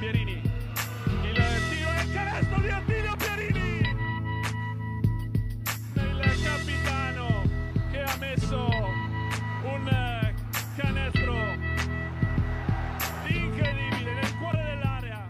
Pierini, il tiro e il canestro di Attilio Pierini, il capitano che ha messo un canestro incredibile nel cuore dell'area.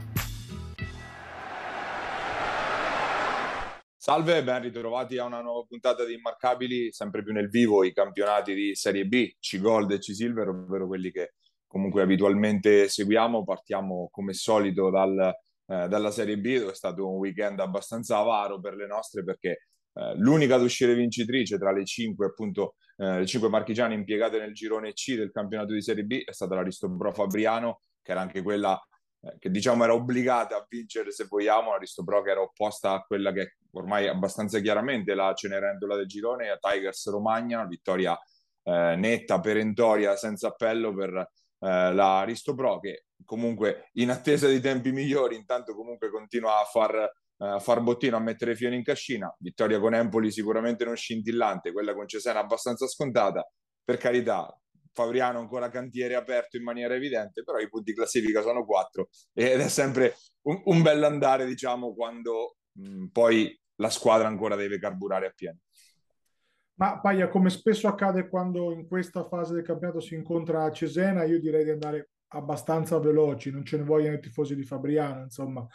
Salve, ben ritrovati a una nuova puntata di Immarcabili, sempre più nel vivo i campionati di Serie B, C-Gold e C-Silver, ovvero quelli che comunque abitualmente seguiamo. Partiamo come solito dalla Serie B, dove è stato un weekend abbastanza avaro per le nostre, perché l'unica ad uscire vincitrice tra le cinque, appunto, le cinque marchigiane impiegate nel girone C del campionato di Serie B è stata l'Aristopro Fabriano, che era anche quella che diciamo era obbligata a vincere, se vogliamo, l'Aristopro, che era opposta a quella che ormai abbastanza chiaramente la Cenerentola del girone, a Tigers Romagna, vittoria netta, perentoria, senza appello per la Aristopro, che comunque in attesa di tempi migliori intanto comunque continua a far bottino, a mettere fiori in cascina. Vittoria con Empoli sicuramente non scintillante, quella con Cesena abbastanza scontata, per carità. Fabriano ancora cantiere aperto in maniera evidente, però i punti classifica sono 4 ed è sempre un bell'andare, diciamo, quando poi la squadra ancora deve carburare a pieno. Ma Paia, come spesso accade quando in questa fase del campionato si incontra a Cesena, io direi di andare abbastanza veloci, non ce ne vogliono i tifosi di Fabriano, insomma.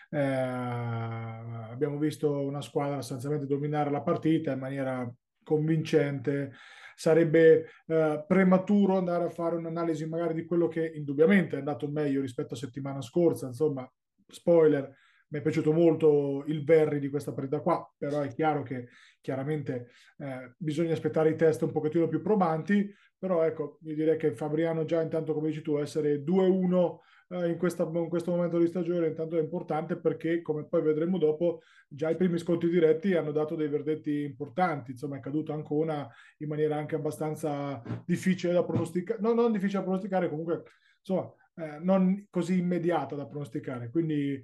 Abbiamo visto una squadra sostanzialmente dominare la partita in maniera convincente. Sarebbe prematuro andare a fare un'analisi magari di quello che indubbiamente è andato meglio rispetto a settimana scorsa, insomma, spoiler. Mi è piaciuto molto il Verri di questa partita qua, però è chiaro che chiaramente bisogna aspettare i test un pochettino più probanti, però ecco, io direi che Fabriano già intanto, come dici tu, essere 2-1 in questo momento di stagione intanto è importante, perché come poi vedremo dopo, già i primi scontri diretti hanno dato dei verdetti importanti, insomma è caduto Ancona in maniera anche abbastanza difficile da pronosticare, no, non difficile da pronosticare, comunque insomma non così immediata da pronosticare, quindi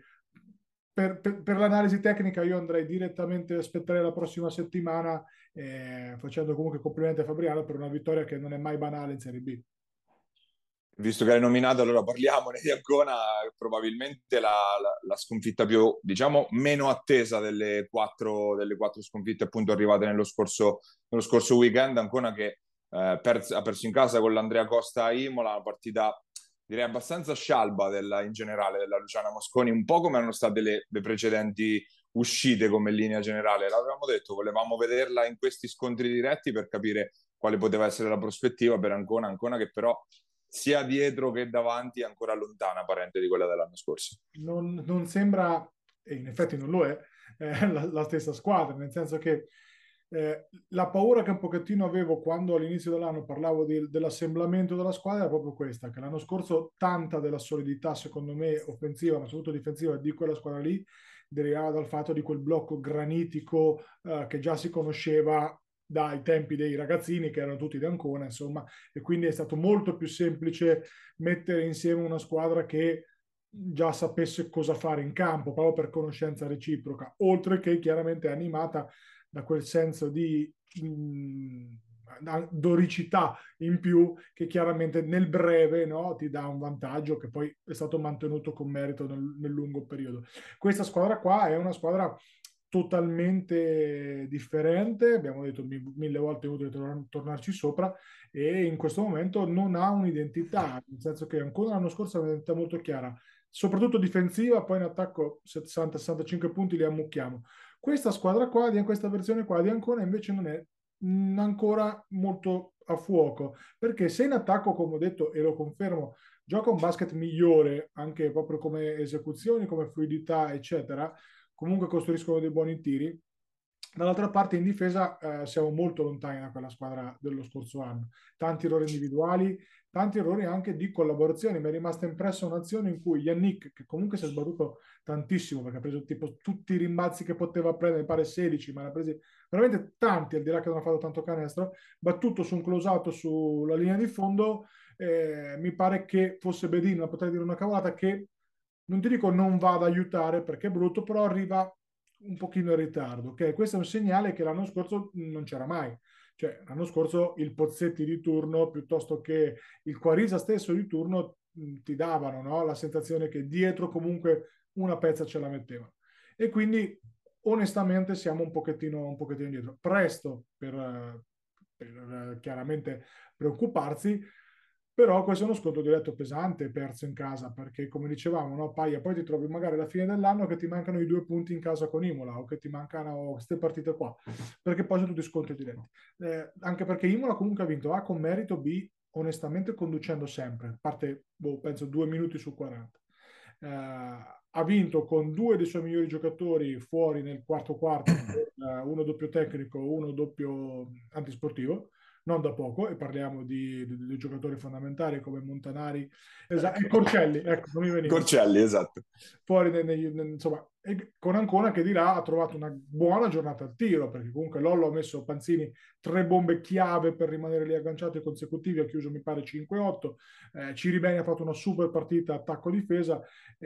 per l'analisi tecnica io andrei direttamente, aspetterei la prossima settimana, facendo comunque complimenti a Fabriano per una vittoria che non è mai banale in Serie B. Visto che l'hai nominato, allora parliamone di Ancona, probabilmente la sconfitta più, diciamo, meno attesa delle quattro sconfitte appunto arrivate nello scorso weekend. Ancona che ha perso in casa con l'Andrea Costa a Imola, una partita direi abbastanza scialba in generale della Luciana Mosconi, un po' come erano state le precedenti uscite come linea generale. L'avevamo detto, volevamo vederla in questi scontri diretti per capire quale poteva essere la prospettiva per Ancona. Ancona che però sia dietro che davanti è ancora lontana, parente di quella dell'anno scorso. Non sembra, e in effetti non lo è, la stessa squadra, nel senso che la paura che un pochettino avevo quando all'inizio dell'anno parlavo dell'assemblamento della squadra era proprio questa, che l'anno scorso tanta della solidità, secondo me, offensiva, ma soprattutto difensiva di quella squadra lì, derivava dal fatto di quel blocco granitico che già si conosceva dai tempi dei ragazzini, che erano tutti di Ancona, insomma, e quindi è stato molto più semplice mettere insieme una squadra che già sapesse cosa fare in campo, proprio per conoscenza reciproca, oltre che chiaramente animata da quel senso di doricità in più che chiaramente nel breve, no, ti dà un vantaggio che poi è stato mantenuto con merito nel lungo periodo. Questa squadra qua è una squadra totalmente differente, abbiamo detto mille volte, è inutile tornarci sopra, e in questo momento non ha un'identità, nel senso che ancora l'anno scorso aveva un'identità molto chiara, soprattutto difensiva, poi in attacco 60-65 punti li ammucchiamo. Questa squadra qua, di questa versione qua di Ancona, invece non è ancora molto a fuoco, perché se in attacco, come ho detto e lo confermo, gioca un basket migliore anche proprio come esecuzioni, come fluidità, eccetera, comunque costruiscono dei buoni tiri. Dall'altra parte in difesa siamo molto lontani da quella squadra dello scorso anno. Tanti errori individuali, tanti errori anche di collaborazione. Mi è rimasta impressa un'azione in cui Yannick, che comunque si è sbattuto tantissimo perché ha preso tipo tutti i rimbalzi che poteva prendere, mi pare 16, ma ne ha presi veramente tanti, al di là che non ha fatto tanto canestro, battuto su un close-out sulla linea di fondo, mi pare che fosse Bedin, ma potrei dire una cavolata, che non ti dico non va ad aiutare perché è brutto, però arriva un pochino in ritardo. Okay? Questo è un segnale che l'anno scorso non c'era mai. Cioè, l'anno scorso il Pozzetti di turno, piuttosto che il Quarisa stesso di turno, ti davano, no? La sensazione che dietro comunque una pezza ce la mettevano. E quindi onestamente siamo un pochettino indietro. Presto per chiaramente preoccuparsi, però questo è uno scontro diretto pesante perso in casa, perché come dicevamo, no, Paia, poi ti trovi magari alla fine dell'anno che ti mancano i 2 punti in casa con Imola o che ti mancano queste partite qua, perché poi sono tutti scontri diretti. Anche perché Imola comunque ha vinto A con merito, B onestamente conducendo sempre, a parte penso 2 minuti su 40. Ha vinto con 2 dei suoi migliori giocatori fuori nel quarto quarto, uno doppio tecnico, uno doppio antisportivo, non da poco, e parliamo di giocatori fondamentali come Montanari e Corcelli, ecco, non mi veniva. Corcelli, esatto. Fuori, insomma, e con Ancona che dirà ha trovato una buona giornata al tiro, perché comunque Lollo ha messo Panzini 3 bombe chiave per rimanere lì agganciati consecutivi, ha chiuso mi pare 5-8, Ciribeni ha fatto una super partita attacco-difesa,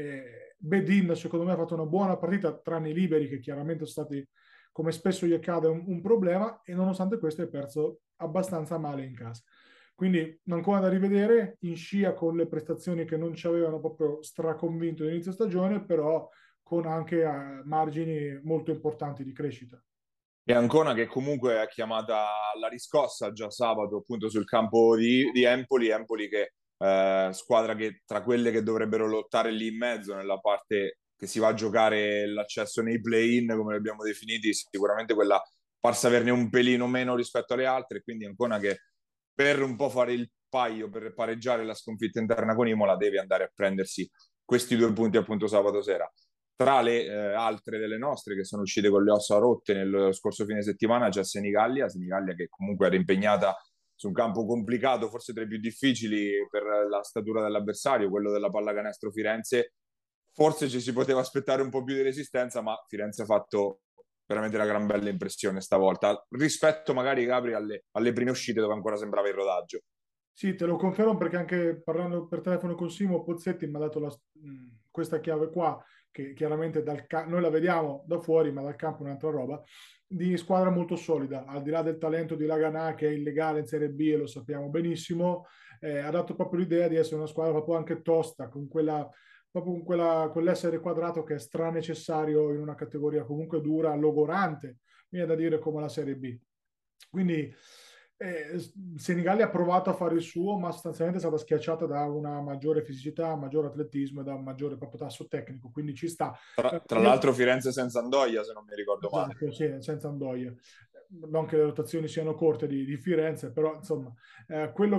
Bedin secondo me ha fatto una buona partita, tranne i liberi che chiaramente sono stati, come spesso gli accade, un problema, e nonostante questo è perso abbastanza male in casa. Quindi ancora da rivedere, in scia con le prestazioni che non ci avevano proprio straconvinto all'inizio stagione, però con anche margini molto importanti di crescita. E Ancona che comunque è chiamata alla riscossa già sabato appunto sul campo di Empoli, Empoli che squadra che tra quelle che dovrebbero lottare lì in mezzo nella parte che si va a giocare l'accesso nei play-in, come li abbiamo definiti, sicuramente quella parsa averne un pelino meno rispetto alle altre, quindi Ancona che per un po' fare il paio, per pareggiare la sconfitta interna con Imola, deve andare a prendersi questi 2 punti appunto sabato sera. Tra le altre delle nostre che sono uscite con le ossa rotte nello scorso fine settimana c'è Senigallia che comunque era impegnata su un campo complicato, forse tra i più difficili per la statura dell'avversario, quello della pallacanestro Firenze. Forse ci si poteva aspettare un po' più di resistenza, ma Firenze ha fatto veramente una gran bella impressione stavolta, rispetto magari, Gabri, alle prime uscite dove ancora sembrava il rodaggio. Sì, te lo confermo perché anche parlando per telefono con Simo Pozzetti mi ha dato questa chiave qua, che chiaramente noi la vediamo da fuori, ma dal campo è un'altra roba, di squadra molto solida, al di là del talento di Laganà che è illegale in Serie B e lo sappiamo benissimo, ha dato proprio l'idea di essere una squadra proprio anche tosta, proprio quell'essere quadrato che è necessario in una categoria comunque dura, logorante, viene da dire come la Serie B. Quindi Senigallia ha provato a fare il suo, ma sostanzialmente è stata schiacciata da una maggiore fisicità, un maggiore atletismo e da un maggiore proprio tasso tecnico, quindi ci sta. Tra l'altro Firenze senza Andoia, se non mi ricordo male. Esatto, sì, senza Andoia. Non che le rotazioni siano corte di Firenze, però insomma, quello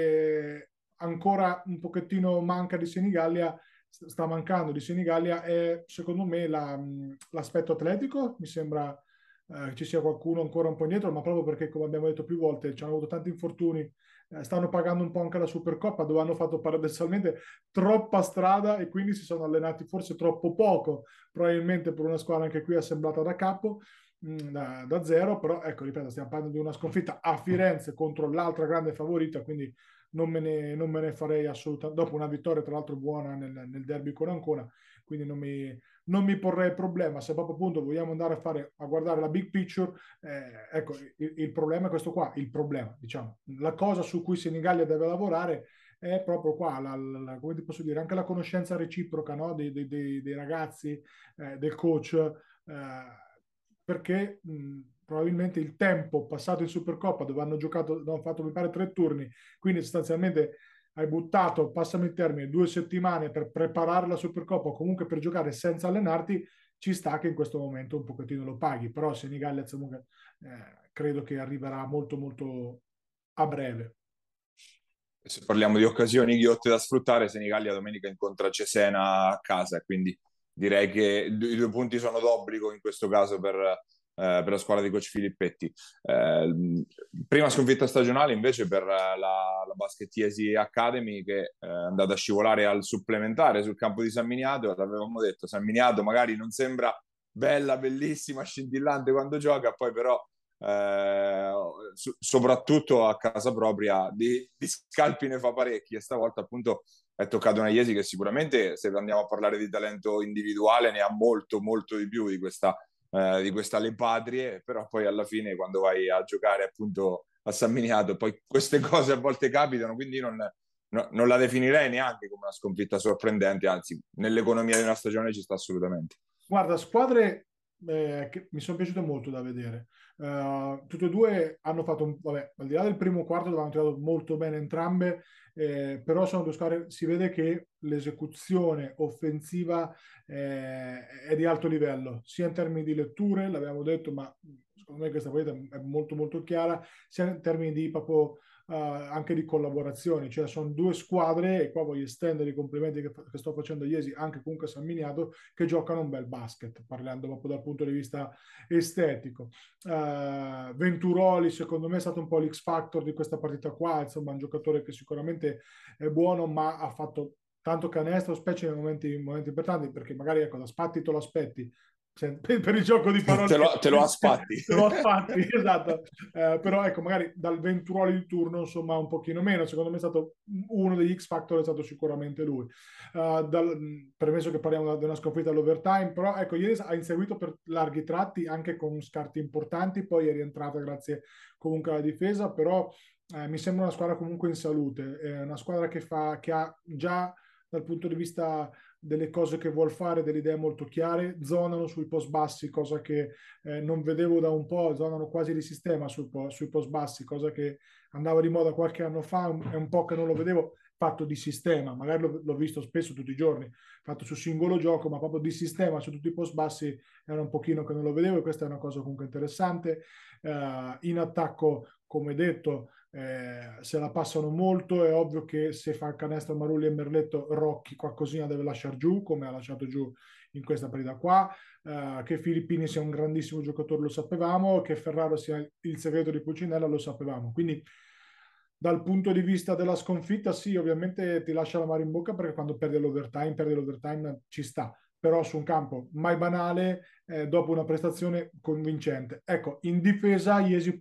che ancora un pochettino manca di Senigallia, sta mancando di Senigallia, è secondo me l'aspetto atletico. Mi sembra ci sia qualcuno ancora un po' indietro, ma proprio perché, come abbiamo detto più volte, ci hanno avuto tanti infortuni, stanno pagando un po' anche la Supercoppa, dove hanno fatto paradossalmente troppa strada e quindi si sono allenati forse troppo poco, probabilmente per una squadra anche qui assemblata da capo, da zero, però ecco, ripeto, stiamo parlando di una sconfitta a Firenze contro l'altra grande favorita, quindi non me ne farei assolutamente, dopo una vittoria tra l'altro buona nel derby con Ancona, quindi non mi porrei il problema. Se proprio appunto vogliamo andare a guardare la big picture, ecco, il problema è questo qua, il problema, diciamo, la cosa su cui Senigallia deve lavorare è proprio qua, come ti posso dire, anche la conoscenza reciproca, no? dei ragazzi, del coach, perché probabilmente il tempo passato in Supercoppa, dove hanno fatto mi pare 3 turni, quindi sostanzialmente hai buttato, passami il termine, 2 settimane per preparare la Supercoppa o comunque per giocare senza allenarti, ci sta che in questo momento un pochettino lo paghi, però Senigallia comunque credo che arriverà molto molto a breve. Se parliamo di occasioni ghiotte da sfruttare, Senigallia domenica incontra Cesena a casa, quindi direi che i 2 punti sono d'obbligo in questo caso per la squadra di coach Filippetti. Prima sconfitta stagionale invece per la Baschettiesi Academy, che è andata a scivolare al supplementare sul campo di San Miniato. L'avevamo detto, San Miniato magari non sembra bella, bellissima, scintillante quando gioca, poi però soprattutto a casa propria di scalpi ne fa parecchi, e stavolta appunto è toccato una Iesi che sicuramente, se andiamo a parlare di talento individuale, ne ha molto molto di più di questa Le Patrie, però poi alla fine quando vai a giocare appunto a San Miniato poi queste cose a volte capitano, quindi non la definirei neanche come una sconfitta sorprendente, anzi, nell'economia di una stagione ci sta assolutamente. Guarda, squadre che mi sono piaciute molto da vedere. Tutte e due hanno fatto, vabbè, al di là del primo quarto dove hanno tirato molto bene entrambe, però sono due squadre, si vede che l'esecuzione offensiva è di alto livello, sia in termini di letture, l'abbiamo detto, ma secondo me questa partita è molto molto chiara, sia in termini di proprio anche di collaborazioni, cioè sono due squadre, e qua voglio estendere i complimenti che sto facendo a Iesi anche comunque a San Miniato, che giocano un bel basket, parlando proprio dal punto di vista estetico. Venturoli secondo me è stato un po' l'X Factor di questa partita qua, insomma un giocatore che sicuramente è buono, ma ha fatto tanto canestro, specie nei momenti importanti, perché magari ecco, da Spatti te lo aspetti, per il gioco di parole Te lo aspatti. te lo aspatti, esatto. Però ecco, magari dal Venturoli di turno, insomma, un pochino meno. Secondo me è stato uno degli X Factor, è stato sicuramente lui. Permesso che parliamo di una sconfitta all'overtime, però ecco, ieri ha inseguito per larghi tratti, anche con scarti importanti, poi è rientrata grazie comunque alla difesa, però mi sembra una squadra comunque in salute, è una squadra che ha già dal punto di vista delle cose che vuol fare, delle idee molto chiare, zonano sui post bassi, cosa che non vedevo da un po', zonano quasi di sistema sui post bassi, cosa che andava di moda qualche anno fa, è un po' che non lo vedevo fatto di sistema, magari l'ho visto spesso tutti i giorni, fatto su singolo gioco, ma proprio di sistema su tutti i post bassi era un pochino che non lo vedevo e questa è una cosa comunque interessante. In attacco, come detto, se la passano molto, è ovvio che se fa il canestro Marulli e Merletto, Rocchi qualcosina deve lasciare giù, come ha lasciato giù in questa partita qua. Che Filippini sia un grandissimo giocatore lo sapevamo, che Ferraro sia il segreto di Pulcinella lo sapevamo, quindi dal punto di vista della sconfitta sì, ovviamente ti lascia l'amaro in bocca, perché quando perdi l'overtime ci sta, però su un campo mai banale, dopo una prestazione convincente. Ecco, in difesa Iesi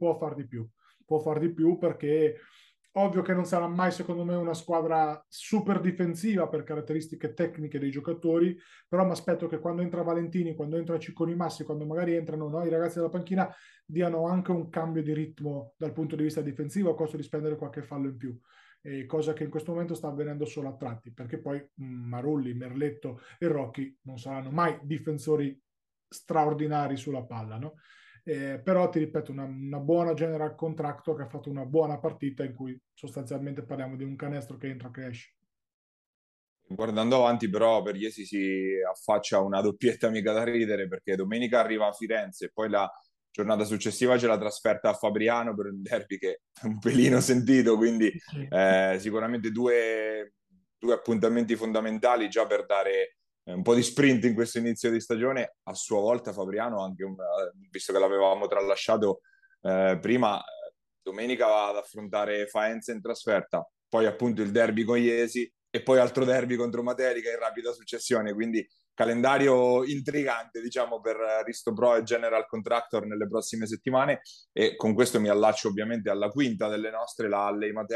può far di più, perché ovvio che non sarà mai secondo me una squadra super difensiva per caratteristiche tecniche dei giocatori, però mi aspetto che quando entra Valentini, quando entra Cicconi Massi, quando magari entrano, no, i ragazzi della panchina, diano anche un cambio di ritmo dal punto di vista difensivo a costo di spendere qualche fallo in più. Cosa che in questo momento sta avvenendo solo a tratti, perché poi Marulli, Merletto e Rocchi non saranno mai difensori straordinari sulla palla, no? Però ti ripeto, una buona general contractor che ha fatto una buona partita in cui sostanzialmente parliamo di un canestro che entra che esce. Guardando avanti, però, per Iesi si affaccia una doppietta mica da ridere, perché domenica arriva a Firenze e poi la giornata successiva c'è la trasferta a Fabriano per un derby che è un pelino sentito, quindi Sì. sicuramente due appuntamenti fondamentali già per dare un po' di sprint in questo inizio di stagione. A sua volta Fabriano, anche visto che l'avevamo tralasciato prima, domenica va ad affrontare Faenza in trasferta, poi appunto il derby con Iesi e poi altro derby contro Materica in rapida successione, quindi calendario intrigante, diciamo, per Risto Pro e General Contractor nelle prossime settimane, e con questo mi allaccio ovviamente alla quinta delle nostre, la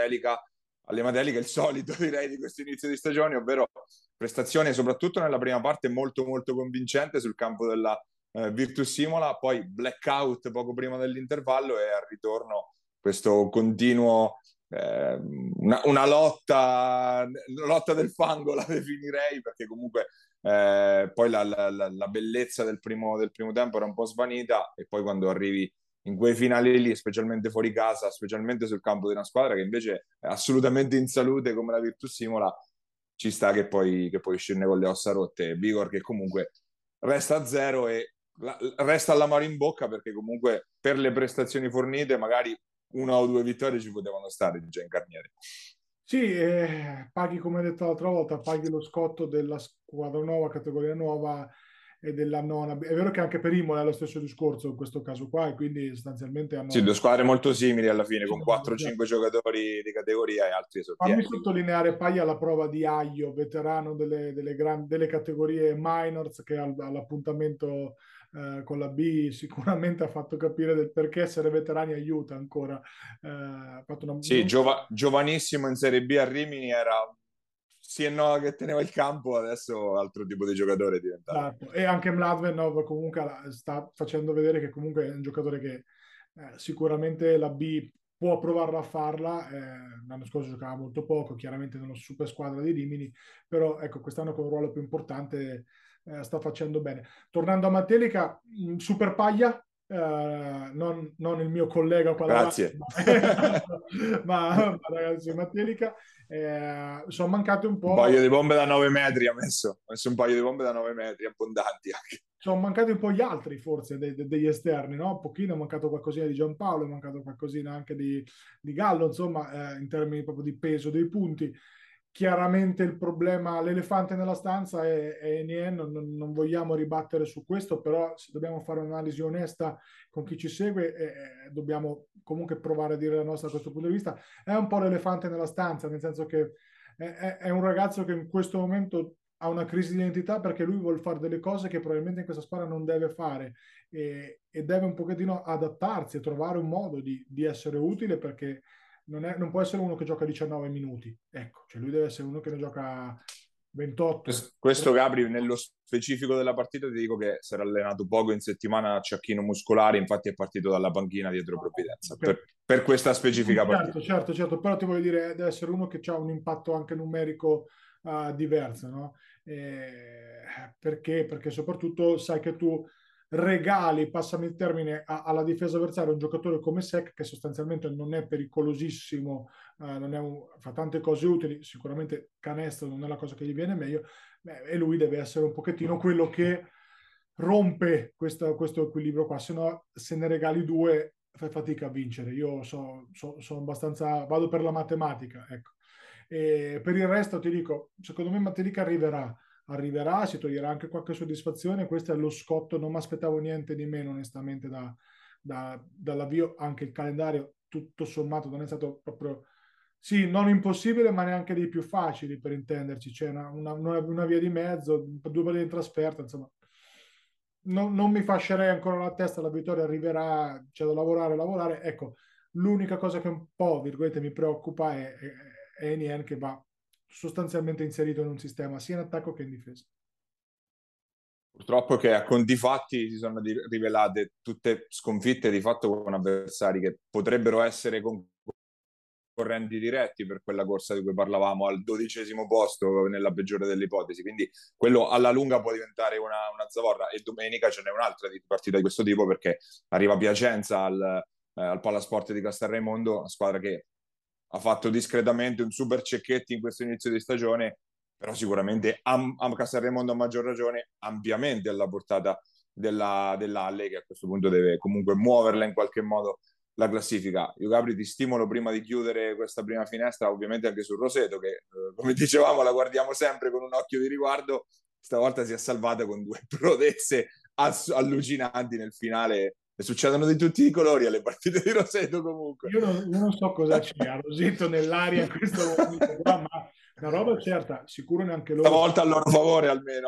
Alle Matelica il solito direi di questo inizio di stagione, ovvero prestazione soprattutto nella prima parte molto molto convincente sul campo della Virtus Simola, poi blackout poco prima dell'intervallo e al ritorno questo continuo una lotta del fango la definirei, perché comunque poi la bellezza del primo tempo era un po' svanita, e poi quando arrivi in quei finali lì, specialmente fuori casa, specialmente sul campo di una squadra che invece è assolutamente in salute come la Virtus Simola, ci sta che poi scende con le ossa rotte. Vigor che comunque resta a zero e resta all'amaro in bocca, perché comunque per le prestazioni fornite magari una o due vittorie ci potevano stare già in carniere. Sì, paghi come detto l'altra volta, paghi lo scotto della squadra nuova, categoria nuova e della nona. È vero che anche per Imola è lo stesso discorso in questo caso qua, e quindi sostanzialmente Sì, due hanno... squadre molto simili alla fine, con 4-5 giocatori di categoria e altri Fammi esordienti. sottolineare Paglia alla prova di Aglio, veterano delle categorie minors, che all'appuntamento con la B sicuramente ha fatto capire del perché essere veterani aiuta ancora. Ha fatto Sì, giovanissimo in Serie B a Rimini, era sì e no che teneva il campo, adesso altro tipo di giocatore è diventato. Esatto. E anche Mladvenov comunque sta facendo vedere che comunque è un giocatore che sicuramente la B può provarla a farla. L'anno scorso giocava molto poco, chiaramente nella super squadra di Rimini, però ecco, quest'anno con un ruolo più importante sta facendo bene. Tornando a Matelica, super paglia, non il mio collega qua davanti, Grazie. ma ragazzi, Matelica, sono mancati un Un po'. paio di bombe da 9 metri ha messo un paio di bombe da 9 metri, abbondanti anche. Sono mancati un po' gli altri, forse, degli esterni, no? Un pochino è mancato qualcosina di Giampaolo, è mancato qualcosina anche di Gallo, insomma, in termini proprio di peso dei punti. Chiaramente il problema, l'elefante nella stanza è Nien, non vogliamo ribattere su questo, però se dobbiamo fare un'analisi onesta con chi ci segue, dobbiamo comunque provare a dire la nostra da questo punto di vista. È un po' l'elefante nella stanza, nel senso che è un ragazzo che in questo momento ha una crisi di identità perché lui vuole fare delle cose che probabilmente in questa squadra non deve fare e deve un pochettino adattarsi e trovare un modo di essere utile perché non può essere uno che gioca 19 minuti. Ecco, cioè lui deve essere uno che ne gioca 28. Questo Gabri, nello specifico della partita, ti dico che si era allenato poco in settimana a ciacchino muscolare, infatti è partito dalla panchina dietro Provvidenza, Okay. per questa specifica Certo, partita. certo, certo, però ti voglio dire, deve essere uno che ha un impatto anche numerico diverso, no? Perché? Perché soprattutto sai che tu regali, passami il termine, alla difesa avversaria un giocatore come Sec che sostanzialmente non è pericolosissimo, fa tante cose utili, sicuramente canestro non è la cosa che gli viene meglio, e lui deve essere un pochettino quello che rompe questo equilibrio qua, se no se ne regali due fai fatica a vincere. Io sono abbastanza, vado per la matematica, ecco. E per il resto ti dico, secondo me Matelica arriverà, si toglierà anche qualche soddisfazione, questo è lo scotto, non mi aspettavo niente di meno onestamente dall'avvio, anche il calendario tutto sommato non è stato proprio, sì, non impossibile, ma neanche dei più facili per intenderci, c'è una via di mezzo, due partite in trasferta, insomma, non mi fascerei ancora la testa, la vittoria arriverà, c'è da lavorare, lavorare. Ecco, l'unica cosa che un po', virgolette, mi preoccupa è Enien che va sostanzialmente inserito in un sistema sia in attacco che in difesa. Purtroppo che a conti fatti si sono rivelate tutte sconfitte di fatto con avversari che potrebbero essere concorrenti diretti per quella corsa di cui parlavamo al 12° posto nella peggiore delle ipotesi, quindi quello alla lunga può diventare una zavorra e domenica ce n'è un'altra di partita di questo tipo perché arriva Piacenza al Palasport di Castelraimondo, una squadra che ha fatto discretamente un super Cecchetti in questo inizio di stagione, però sicuramente a Castelraimondo a maggior ragione ampiamente alla portata dell'Alle che a questo punto deve comunque muoverla in qualche modo la classifica. Io Gabri ti stimolo prima di chiudere questa prima finestra, ovviamente anche sul Roseto, che come dicevamo la guardiamo sempre con un occhio di riguardo, stavolta si è salvata con due prodezze allucinanti nel finale. E succedono di tutti i colori alle partite di Roseto comunque. Io non so cosa c'è a Roseto nell'aria in questo momento qua, ma una roba certa, sicuro neanche loro. Stavolta a loro favore almeno,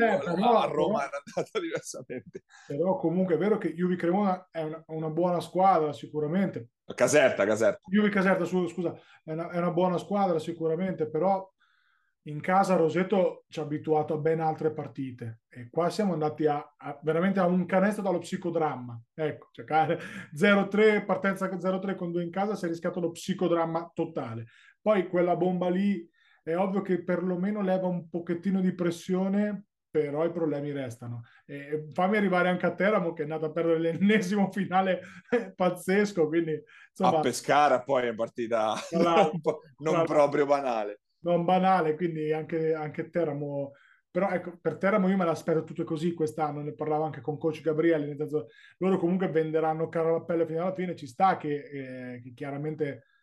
a Roma Però era andata diversamente. però comunque è vero che Juve Cremona è una buona squadra sicuramente. Caserta, Caserta. Juve Caserta, scusa, è una buona squadra sicuramente, però in casa Roseto ci ha abituato a ben altre partite e qua siamo andati veramente a un canestro dallo psicodramma. Ecco, giocare 0-3, partenza 0-3 con due in casa, si è rischiato lo psicodramma totale. Poi quella bomba lì è ovvio che perlomeno leva un pochettino di pressione, però i problemi restano. E fammi arrivare anche a Teramo che è andato a perdere l'ennesimo finale pazzesco, quindi A insomma, Pescara poi è partita tra l'altro, non proprio banale. non banale, quindi anche Teramo. Però ecco, per Teramo io me l'aspetto tutto così quest'anno, ne parlavo anche con coach Gabriele, nel senso, loro comunque venderanno caro la pelle fino alla fine, ci sta che chiaramente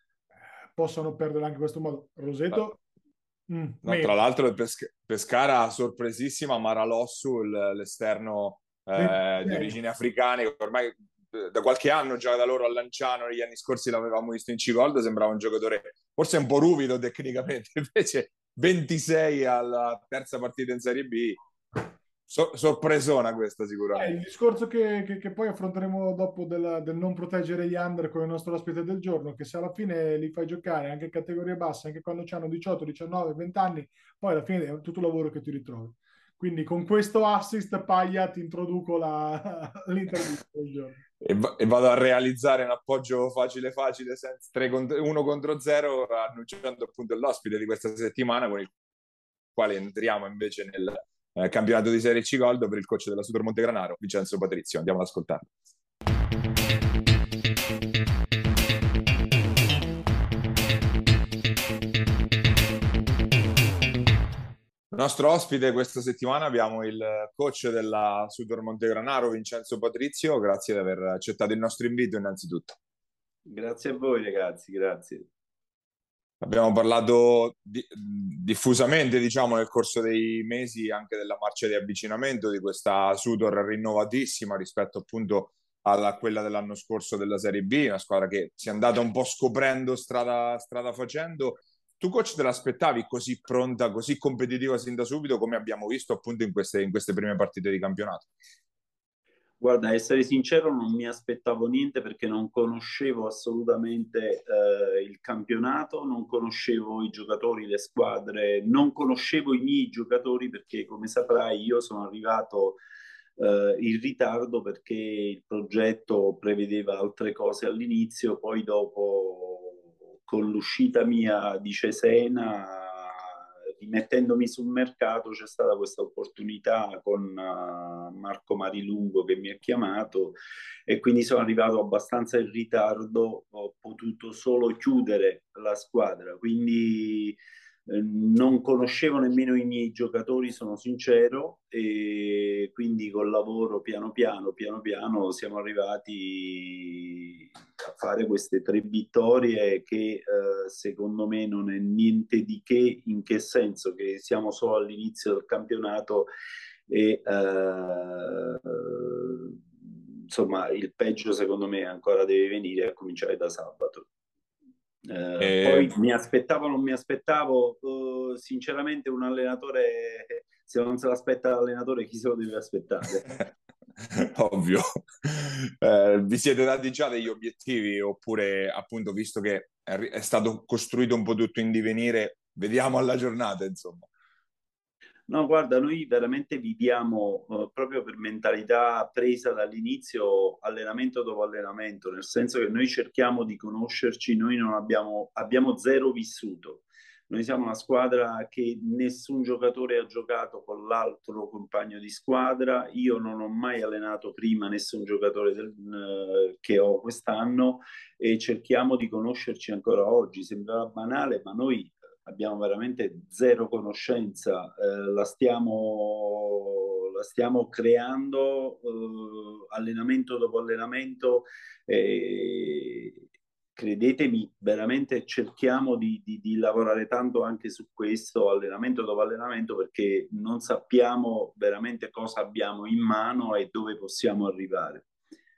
possano perdere anche in questo modo. Roseto, No, tra meno. l'altro Pescara sorpresissima, Maralossu, l'esterno di 26. origini africane, che ormai da qualche anno già da loro a Lanciano, negli anni scorsi l'avevamo visto in C-Gold, sembrava un giocatore forse un po' ruvido tecnicamente, invece 26 alla terza partita in Serie B, sorpresona questa Il sicuramente. discorso che poi affronteremo dopo del non proteggere gli under con il nostro ospite del giorno, che se alla fine li fai giocare anche in categorie basse, anche quando hanno 18, 19, 20 anni, poi alla fine è tutto lavoro che ti ritrovi. Quindi con questo assist, Paglia, ti introduco l'intervista del giorno. e vado a realizzare un appoggio facile facile, senza 1 contro 0, annunciando appunto l'ospite di questa settimana, con il quale entriamo invece nel campionato di Serie C Gold per il coach della Super Montegranaro, Vincenzo Patrizio. Andiamo ad ascoltarlo. Nostro ospite questa settimana abbiamo il coach della Super Montegranaro, Vincenzo Patrizio. Grazie di aver accettato il nostro invito innanzitutto. Grazie a voi ragazzi, grazie. Abbiamo parlato diffusamente, diciamo, nel corso dei mesi anche della marcia di avvicinamento di questa Sudor rinnovatissima rispetto appunto a quella dell'anno scorso della Serie B, una squadra che si è andata un po' scoprendo strada facendo. Tu coach te l'aspettavi così pronta, così competitiva sin da subito, come abbiamo visto appunto in queste prime partite di campionato? Guarda, essere sincero, non mi aspettavo niente perché non conoscevo assolutamente il campionato, non conoscevo i giocatori, le squadre, non conoscevo i miei giocatori perché, come saprai, io sono arrivato in ritardo perché il progetto prevedeva altre cose all'inizio, poi dopo, con l'uscita mia di Cesena, rimettendomi sul mercato, c'è stata questa opportunità con Marco Marilungo che mi ha chiamato e quindi sono arrivato abbastanza in ritardo, ho potuto solo chiudere la squadra, quindi non conoscevo nemmeno i miei giocatori, sono sincero, e quindi col lavoro piano piano siamo arrivati a fare queste 3 vittorie che secondo me non è niente di che, in che senso che siamo solo all'inizio del campionato e insomma il peggio secondo me ancora deve venire, a cominciare da sabato. Poi mi aspettavo o non mi aspettavo, sinceramente un allenatore, se non se l'aspetta l'allenatore, chi se lo deve aspettare? Ovvio. Vi siete dati già degli obiettivi oppure appunto visto che è stato costruito un po' tutto in divenire, vediamo alla giornata insomma? No, guarda, noi veramente viviamo proprio per mentalità presa dall'inizio, allenamento dopo allenamento, nel senso che noi cerchiamo di conoscerci, noi non abbiamo zero vissuto. Noi siamo una squadra che nessun giocatore ha giocato con l'altro compagno di squadra. Io non ho mai allenato prima nessun giocatore che ho quest'anno e cerchiamo di conoscerci ancora oggi. Sembrava banale, ma noi abbiamo veramente zero conoscenza, la stiamo creando allenamento dopo allenamento. Credetemi, veramente cerchiamo di lavorare tanto anche su questo, allenamento dopo allenamento, perché non sappiamo veramente cosa abbiamo in mano e dove possiamo arrivare.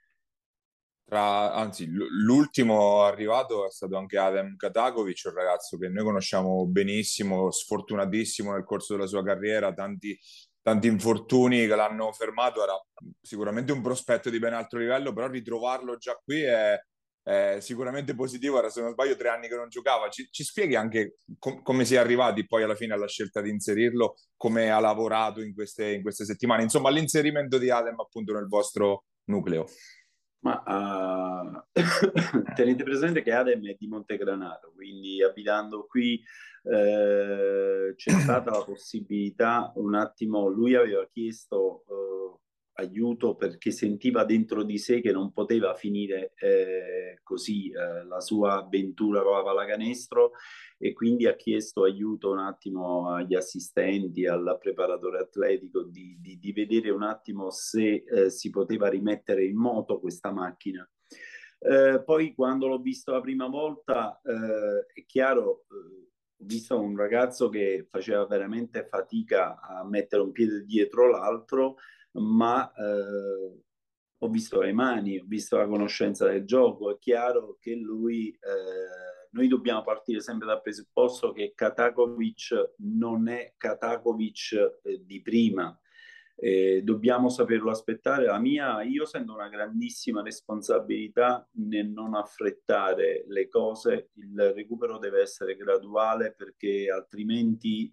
Anzi, l'ultimo arrivato è stato anche Adem Katakovic, un ragazzo che noi conosciamo benissimo, sfortunatissimo nel corso della sua carriera, tanti infortuni che l'hanno fermato, era sicuramente un prospetto di ben alto livello, però ritrovarlo già qui è sicuramente positivo. Era, se non sbaglio, 3 anni che non giocava. Ci spieghi anche come si è arrivati poi alla fine alla scelta di inserirlo, come ha lavorato in queste settimane, insomma, all'inserimento di Adem appunto nel vostro nucleo. Ma tenete presente che Adem è di Montegranaro, quindi abitando qui c'è stata la possibilità, un attimo, lui aveva chiesto aiuto perché sentiva dentro di sé che non poteva finire così la sua avventura con la pallacanestro e quindi ha chiesto aiuto un attimo agli assistenti, al preparatore atletico di vedere un attimo se si poteva rimettere in moto questa macchina. Poi quando l'ho visto la prima volta è chiaro, ho visto un ragazzo che faceva veramente fatica a mettere un piede dietro l'altro, ma ho visto le mani, ho visto la conoscenza del gioco. È chiaro che noi dobbiamo partire sempre dal presupposto che Katakovic non è Katakovic di prima. Dobbiamo saperlo aspettare. Io sento una grandissima responsabilità nel non affrettare le cose. Il recupero deve essere graduale perché altrimenti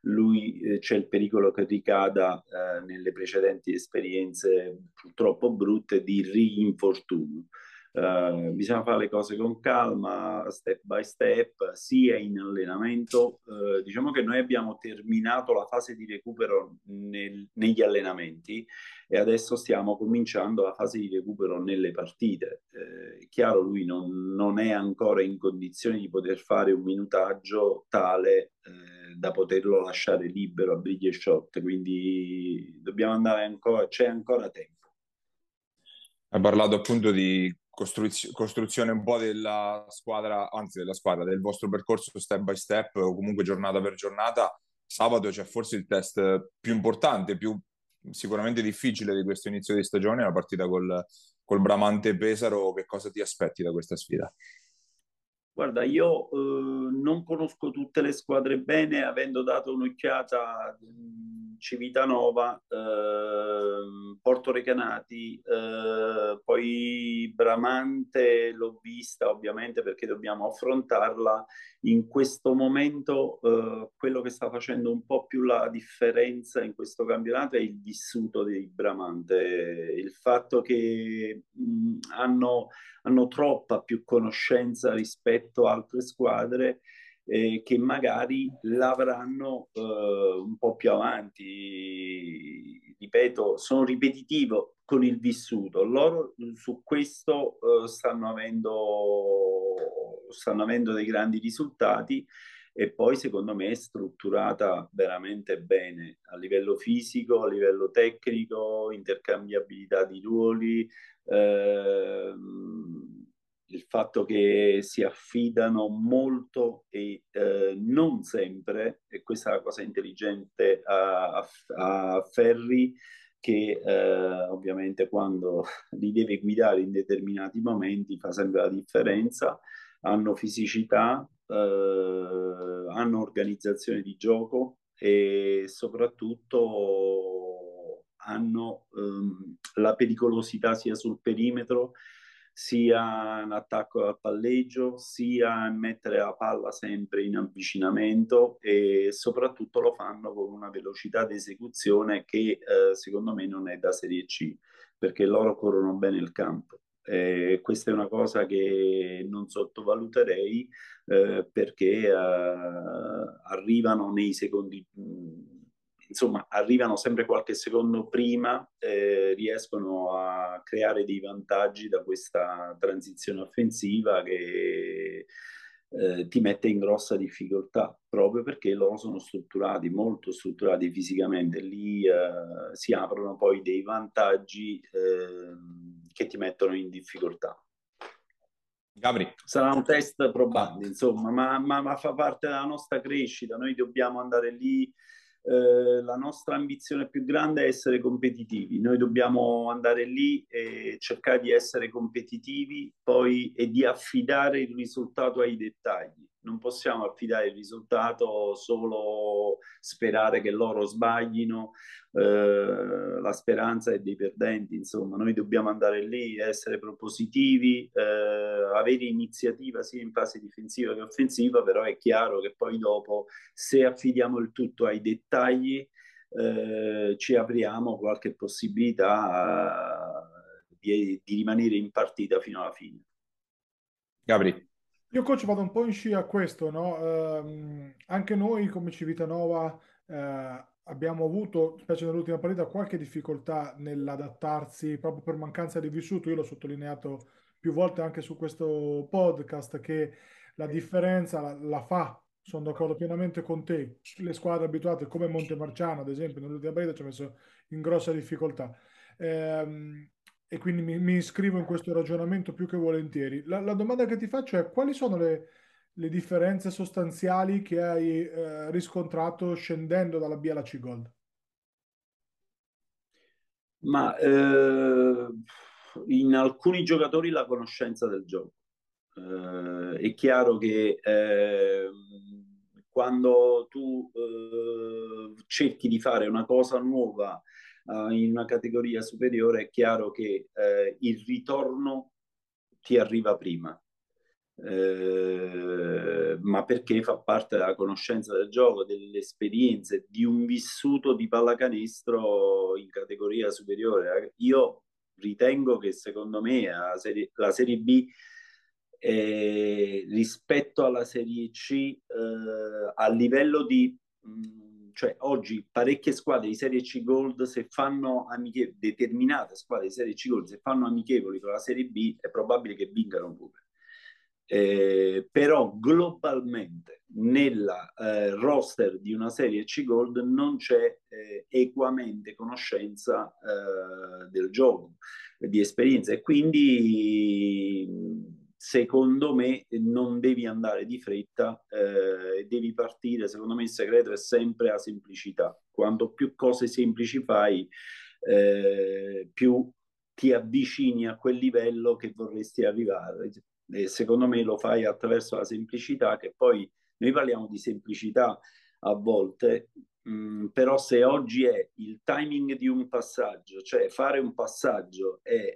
c'è il pericolo che ricada nelle precedenti esperienze purtroppo brutte di rinfortunio. Bisogna fare le cose con calma, step by step, sia in allenamento. Diciamo che noi abbiamo terminato la fase di recupero negli allenamenti e adesso stiamo cominciando la fase di recupero nelle partite. È chiaro, lui non è ancora in condizioni di poter fare un minutaggio tale da poterlo lasciare libero a briglie shot, quindi dobbiamo andare ancora, c'è ancora tempo. Hai parlato appunto di costruzione un po' della squadra, anzi della squadra, del vostro percorso step by step o comunque giornata per giornata. Sabato c'è forse il test più importante, più sicuramente difficile di questo inizio di stagione, la partita col Bramante Pesaro. Che cosa ti aspetti da questa sfida? Guarda, io non conosco tutte le squadre bene, avendo dato un'occhiata a Civitanova, Porto Recanati, poi Bramante l'ho vista ovviamente perché dobbiamo affrontarla. In questo momento quello che sta facendo un po' più la differenza in questo campionato è il vissuto dei Bramante, il fatto che hanno troppa più conoscenza rispetto a altre squadre che magari l'avranno un po' più avanti. Ripeto, sono ripetitivo con il vissuto. Loro su questo stanno avendo dei grandi risultati e poi secondo me è strutturata veramente bene a livello fisico, a livello tecnico, intercambiabilità di ruoli, il fatto che si affidano molto e non sempre, e questa è la cosa intelligente a Ferri, che ovviamente quando li deve guidare in determinati momenti fa sempre la differenza, hanno fisicità, hanno organizzazione di gioco e soprattutto hanno la pericolosità sia sul perimetro, sia in attacco al palleggio, sia in mettere la palla sempre in avvicinamento e soprattutto lo fanno con una velocità di esecuzione che secondo me non è da Serie C, perché loro corrono bene il campo. Questa è una cosa che non sottovaluterei perché arrivano nei secondi, insomma, arrivano sempre qualche secondo prima, riescono a creare dei vantaggi da questa transizione offensiva che ti mette in grossa difficoltà proprio perché loro sono strutturati, molto strutturati fisicamente. Lì si aprono poi dei vantaggi che ti mettono in difficoltà. Gabri. Sarà un test probabile, insomma, ma fa parte della nostra crescita. Noi dobbiamo andare lì. La nostra ambizione più grande è essere competitivi. Noi dobbiamo andare lì e cercare di essere competitivi poi e di affidare il risultato ai dettagli. Non possiamo affidare il risultato solo sperare che loro sbaglino. La speranza è dei perdenti, insomma. Noi dobbiamo andare lì, essere propositivi, avere iniziativa sia in fase difensiva che offensiva, però è chiaro che poi dopo, se affidiamo il tutto ai dettagli, ci apriamo qualche possibilità di rimanere in partita fino alla fine. Gabri. Io coach vado un po' in sci a questo, no? Anche noi come Civitanova abbiamo avuto, specie nell'ultima partita, qualche difficoltà nell'adattarsi proprio per mancanza di vissuto. Io l'ho sottolineato più volte anche su questo podcast che la differenza la fa, sono d'accordo pienamente con te, le squadre abituate come Montemarciano, ad esempio, nell'ultima partita ci ha messo in grossa difficoltà. E quindi mi iscrivo in questo ragionamento più che volentieri. La domanda che ti faccio è quali sono le differenze sostanziali che hai riscontrato scendendo dalla B alla C Gold? Ma in alcuni giocatori la conoscenza del gioco. È chiaro che quando tu cerchi di fare una cosa nuova in una categoria superiore, è chiaro che il ritorno ti arriva prima. ma perché fa parte della conoscenza del gioco, delle esperienze, di un vissuto di pallacanestro in categoria superiore. Io ritengo che secondo me la serie B rispetto alla Serie C a livello di cioè oggi parecchie squadre di Serie C Gold, se fanno determinate squadre di Serie C Gold, se fanno amichevoli con la Serie B, è probabile che vincano pure. Però globalmente nella roster di una Serie C Gold non c'è equamente conoscenza del gioco, di esperienza, e quindi secondo me non devi andare di fretta, devi partire. Secondo me il segreto è sempre la semplicità. Quanto più cose semplici fai, più ti avvicini a quel livello che vorresti arrivare. E secondo me lo fai attraverso la semplicità, che poi noi parliamo di semplicità a volte, però se oggi è il timing di un passaggio, cioè fare un passaggio è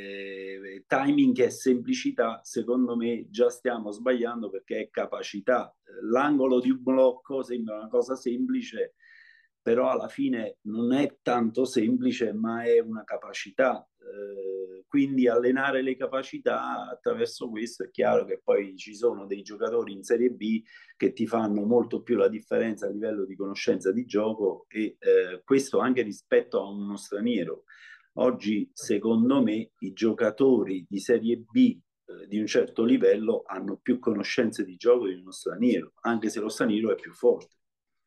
timing e semplicità, secondo me già stiamo sbagliando, perché è capacità. L'angolo di un blocco sembra una cosa semplice, però alla fine non è tanto semplice, ma è una capacità. Quindi allenare le capacità attraverso questo. È chiaro che poi ci sono dei giocatori in Serie B che ti fanno molto più la differenza a livello di conoscenza di gioco, e questo anche rispetto a uno straniero. Oggi, secondo me, i giocatori di Serie B di un certo livello hanno più conoscenze di gioco di uno straniero, anche se lo straniero è più forte.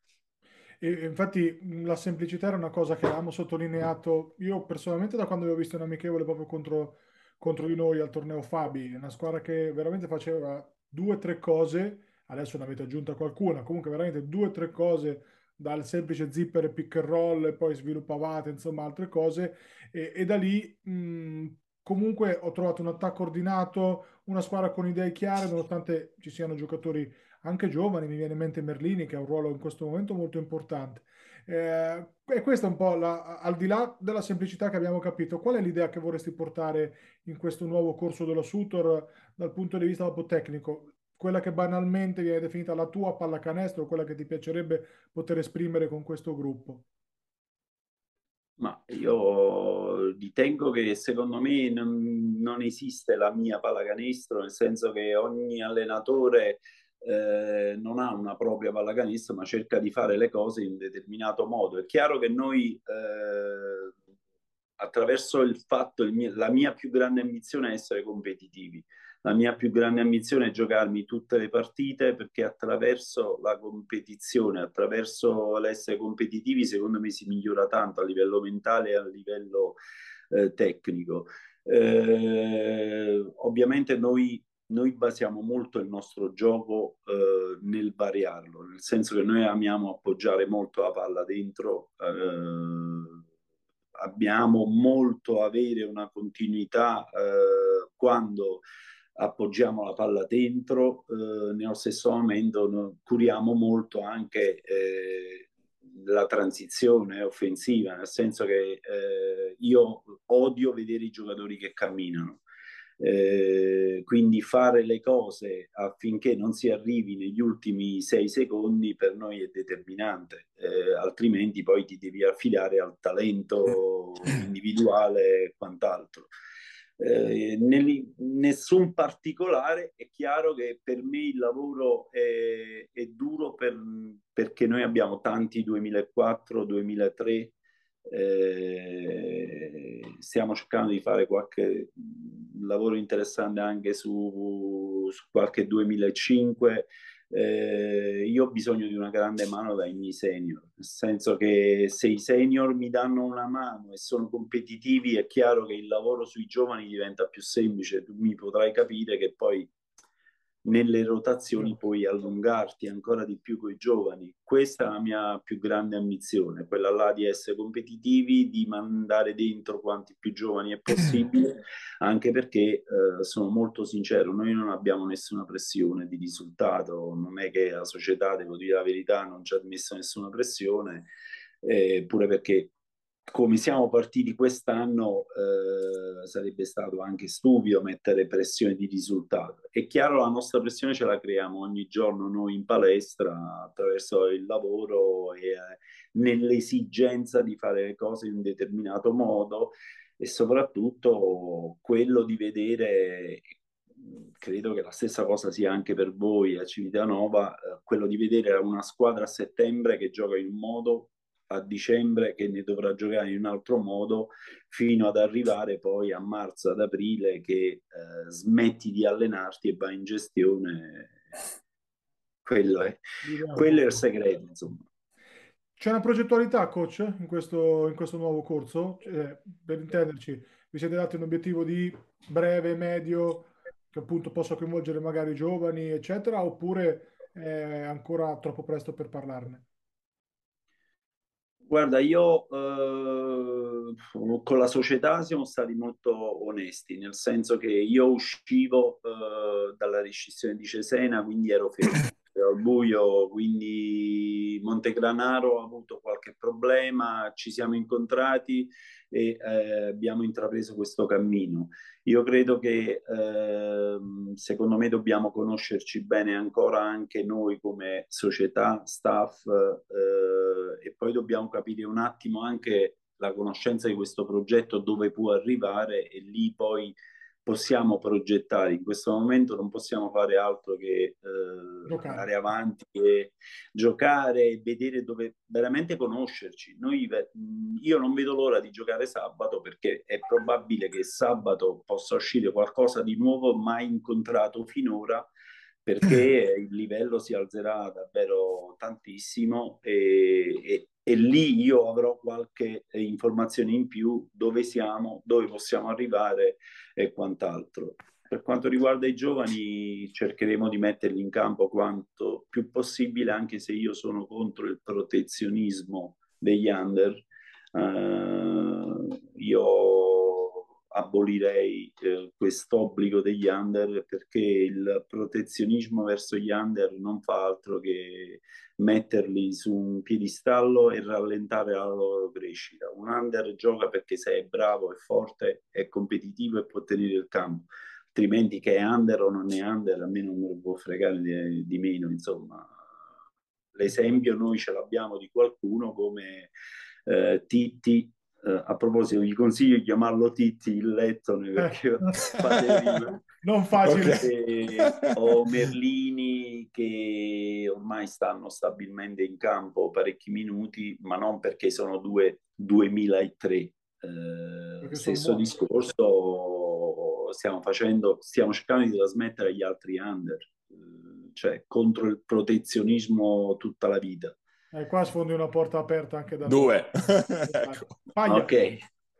E infatti la semplicità era una cosa che avevamo sottolineato io personalmente da quando avevo visto un amichevole proprio contro di noi al torneo Fabi, una squadra che veramente faceva due o tre cose, adesso ne avete aggiunta qualcuna, comunque veramente due o tre cose, dal semplice zipper e pick and roll, e poi sviluppavate insomma altre cose, e da lì comunque ho trovato un attacco ordinato, una squadra con idee chiare, nonostante ci siano giocatori anche giovani. Mi viene in mente Merlini che ha un ruolo in questo momento molto importante. E questa è un po' al di là della semplicità che abbiamo capito, qual è l'idea che vorresti portare in questo nuovo corso della Sutor dal punto di vista proprio tecnico? Quella che banalmente viene definita la tua pallacanestro, quella che ti piacerebbe poter esprimere con questo gruppo? Ma io ritengo che secondo me non esiste la mia pallacanestro, nel senso che ogni allenatore non ha una propria pallacanestro, ma cerca di fare le cose in un determinato modo. È chiaro che noi, attraverso il fatto, la mia più grande ambizione è essere competitivi. La mia più grande ambizione è giocarmi tutte le partite, perché attraverso la competizione, attraverso l'essere competitivi, secondo me si migliora tanto a livello mentale e a livello tecnico. Ovviamente noi basiamo molto il nostro gioco nel variarlo, nel senso che noi amiamo appoggiare molto la palla dentro, abbiamo molto avere una continuità quando appoggiamo la palla dentro, nello stesso momento curiamo molto anche la transizione offensiva, nel senso che io odio vedere i giocatori che camminano. Quindi fare le cose affinché non si arrivi negli ultimi 6 secondi per noi è determinante, altrimenti poi ti devi affidare al talento individuale e quant'altro. Nessun particolare. È chiaro che per me il lavoro è duro perché noi abbiamo tanti 2004, 2003, stiamo cercando di fare qualche lavoro interessante anche su qualche 2005. Io ho bisogno di una grande mano dai miei senior, nel senso che se i senior mi danno una mano e sono competitivi, è chiaro che il lavoro sui giovani diventa più semplice. Tu mi potrai capire che poi nelle rotazioni puoi allungarti ancora di più con i giovani. Questa è la mia più grande ambizione, quella là di essere competitivi, di mandare dentro quanti più giovani è possibile, anche perché sono molto sincero, noi non abbiamo nessuna pressione di risultato, non è che la società, devo dire la verità, non ci ha messo nessuna pressione, pure perché come siamo partiti quest'anno, sarebbe stato anche stupido mettere pressione di risultato. È chiaro, la nostra pressione ce la creiamo ogni giorno noi in palestra attraverso il lavoro e nell'esigenza di fare le cose in un determinato modo, e soprattutto quello di vedere, credo che la stessa cosa sia anche per voi a Civitanova, quello di vedere una squadra a settembre che gioca in un modo, a dicembre che ne dovrà giocare in un altro modo, fino ad arrivare poi a marzo, ad aprile, che smetti di allenarti e vai in gestione. Quello è il segreto, insomma. C'è una progettualità, coach, in questo nuovo corso? Per intenderci, vi siete dati un obiettivo di breve, medio, che appunto possa coinvolgere magari i giovani, eccetera, oppure è ancora troppo presto per parlarne? Guarda, io con la società siamo stati molto onesti, nel senso che io uscivo dalla rescissione di Cesena, quindi ero fermo, ero al buio, quindi Montegranaro ha avuto qualche problema, ci siamo incontrati e abbiamo intrapreso questo cammino. Io credo che secondo me dobbiamo conoscerci bene ancora anche noi come società, staff, e poi dobbiamo capire un attimo anche la conoscenza di questo progetto, dove può arrivare, e lì poi possiamo progettare. In questo momento non possiamo fare altro che andare avanti e giocare e vedere dove veramente conoscerci. Io non vedo l'ora di giocare sabato, perché è probabile che sabato possa uscire qualcosa di nuovo mai incontrato finora, perché il livello si alzerà davvero tantissimo e lì io avrò qualche informazione in più, dove siamo, dove possiamo arrivare e quant'altro. Per quanto riguarda i giovani, cercheremo di metterli in campo quanto più possibile, anche se io sono contro il protezionismo degli under. Io abolirei quest'obbligo degli under, perché il protezionismo verso gli under non fa altro che metterli su un piedistallo e rallentare la loro crescita. Un under gioca perché se è bravo, è forte, è competitivo e può tenere il campo, altrimenti che è under o non è under a me non me lo può fregare di meno, insomma. L'esempio noi ce l'abbiamo di qualcuno come Titti. A proposito, vi consiglio di chiamarlo Titti il Lettone, perché non facile. o Merlini, che ormai stanno stabilmente in campo parecchi minuti, ma non perché sono 2003. Stesso discorso stiamo cercando di trasmettere agli altri under, cioè contro il protezionismo tutta la vita. Qua sfondi una porta aperta anche da Due. Ecco. Ok.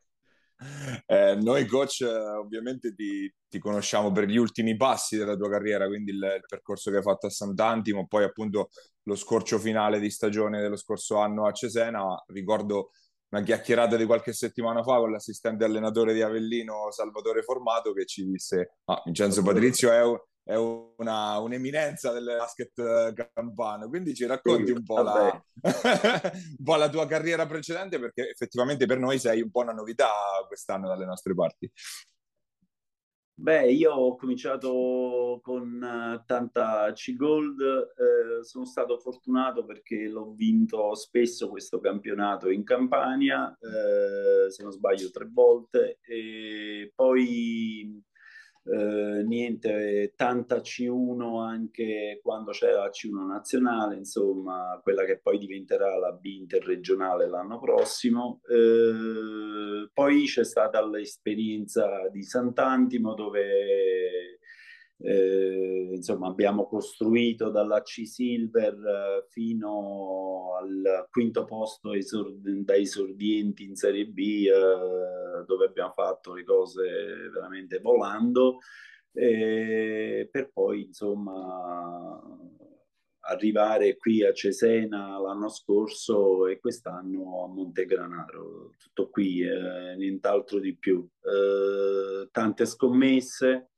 Noi coach ovviamente ti conosciamo per gli ultimi passi della tua carriera, quindi il percorso che hai fatto a Sant'Antimo, poi appunto lo scorcio finale di stagione dello scorso anno a Cesena. Ricordo una chiacchierata di qualche settimana fa con l'assistente allenatore di Avellino, Salvatore Formato, che ci disse: Vincenzo Patrizio è un'eminenza del basket campano. Quindi ci racconti un po' un po' la tua carriera precedente, perché effettivamente per noi sei un po' una novità quest'anno dalle nostre parti. Beh, io ho cominciato con tanta C-Gold, sono stato fortunato perché l'ho vinto spesso questo campionato in Campania, se non sbaglio 3 volte, e poi niente, tanta C1 anche quando c'era la C1 nazionale, insomma, quella che poi diventerà la B interregionale l'anno prossimo. Poi c'è stata l'esperienza di Sant'Antimo, dove insomma abbiamo costruito dalla C-Silver fino al quinto posto da esordienti in Serie B, dove abbiamo fatto le cose veramente volando, per poi insomma arrivare qui a Cesena l'anno scorso e quest'anno a Montegranaro. Tutto qui, nient'altro di più. Tante scommesse.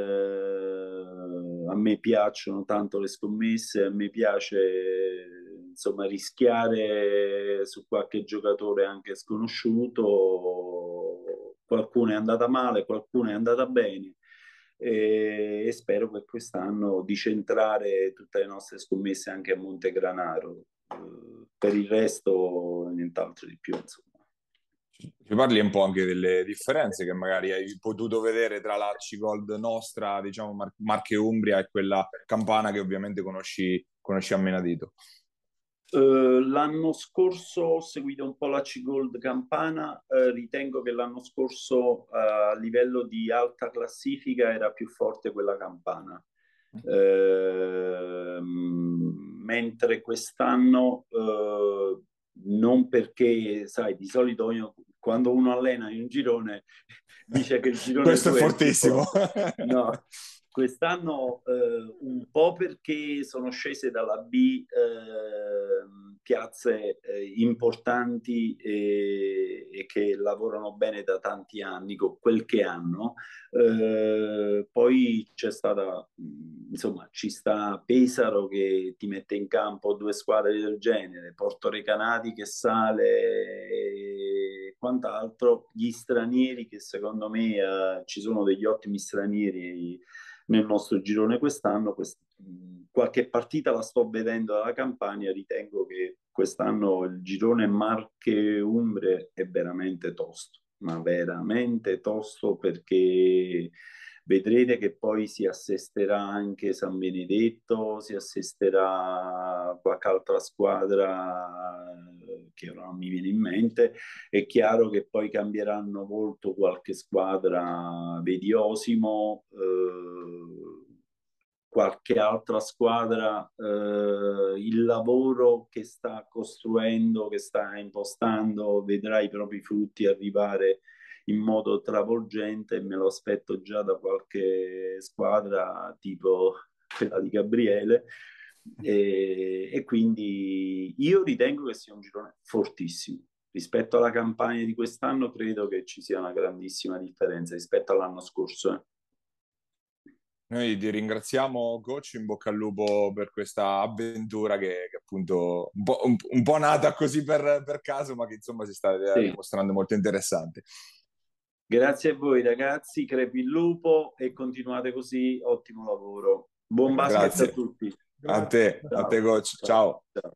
A me piacciono tanto le scommesse, a me piace insomma, rischiare su qualche giocatore anche sconosciuto. Qualcuno è andata male, qualcuno è andata bene, e spero per quest'anno di centrare tutte le nostre scommesse anche a Montegranaro. Per il resto nient'altro di più, insomma. Ci parli un po' anche delle differenze che magari hai potuto vedere tra la C-Gold nostra, diciamo Marche Umbria, e quella campana che ovviamente conosci a menadito. L'anno scorso ho seguito un po' la C-Gold Campana, ritengo che l'anno scorso a livello di alta classifica era più forte quella Campana. Mentre quest'anno non, perché sai, di solito quando uno allena in un girone dice che il girone questo è il più fortissimo. forte. No, quest'anno un po' perché sono scese dalla B piazze importanti e che lavorano bene da tanti anni con quel che hanno. Poi c'è stata, insomma, ci sta Pesaro che ti mette in campo due squadre del genere, Porto Recanati che sale e quant'altro, gli stranieri che secondo me ci sono degli ottimi stranieri nel nostro girone quest'anno. Qualche partita la sto vedendo dalla Campania, ritengo che quest'anno il girone Marche Umbre è veramente tosto, ma veramente tosto, perché vedrete che poi si assesterà anche San Benedetto, si assisterà qualche altra squadra che ora non mi viene in mente. È chiaro che poi cambieranno molto qualche squadra, vedi Osimo, qualche altra squadra. Il lavoro che sta costruendo, che sta impostando, vedrà i propri frutti arrivare in modo travolgente, e me lo aspetto già da qualche squadra tipo quella di Gabriele, e quindi io ritengo che sia un girone fortissimo. Rispetto alla campagna di quest'anno credo che ci sia una grandissima differenza rispetto all'anno scorso. Noi ti ringraziamo, coach, in bocca al lupo per questa avventura che appunto un po' nata così per caso, ma che insomma si sta dimostrando molto interessante. Grazie a voi ragazzi, crepi il lupo e continuate così, ottimo lavoro. Buon basket Grazie. a tutti. Grazie. A te coach. Ciao. Ciao.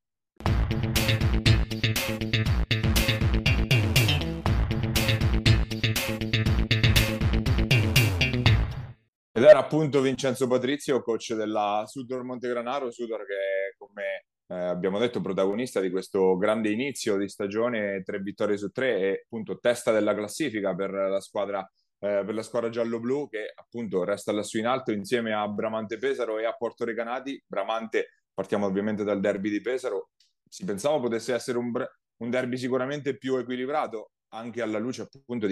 Ed era appunto Vincenzo Patrizio, coach della Sudor Montegranaro, Sudor che, come abbiamo detto, protagonista di questo grande inizio di stagione, 3 vittorie su 3 e appunto testa della classifica per la squadra giallo-blu, che appunto resta lassù in alto insieme a Bramante Pesaro e a Porto Recanati. Bramante, partiamo ovviamente dal derby di Pesaro, si pensava potesse essere un derby sicuramente più equilibrato, anche alla luce appunto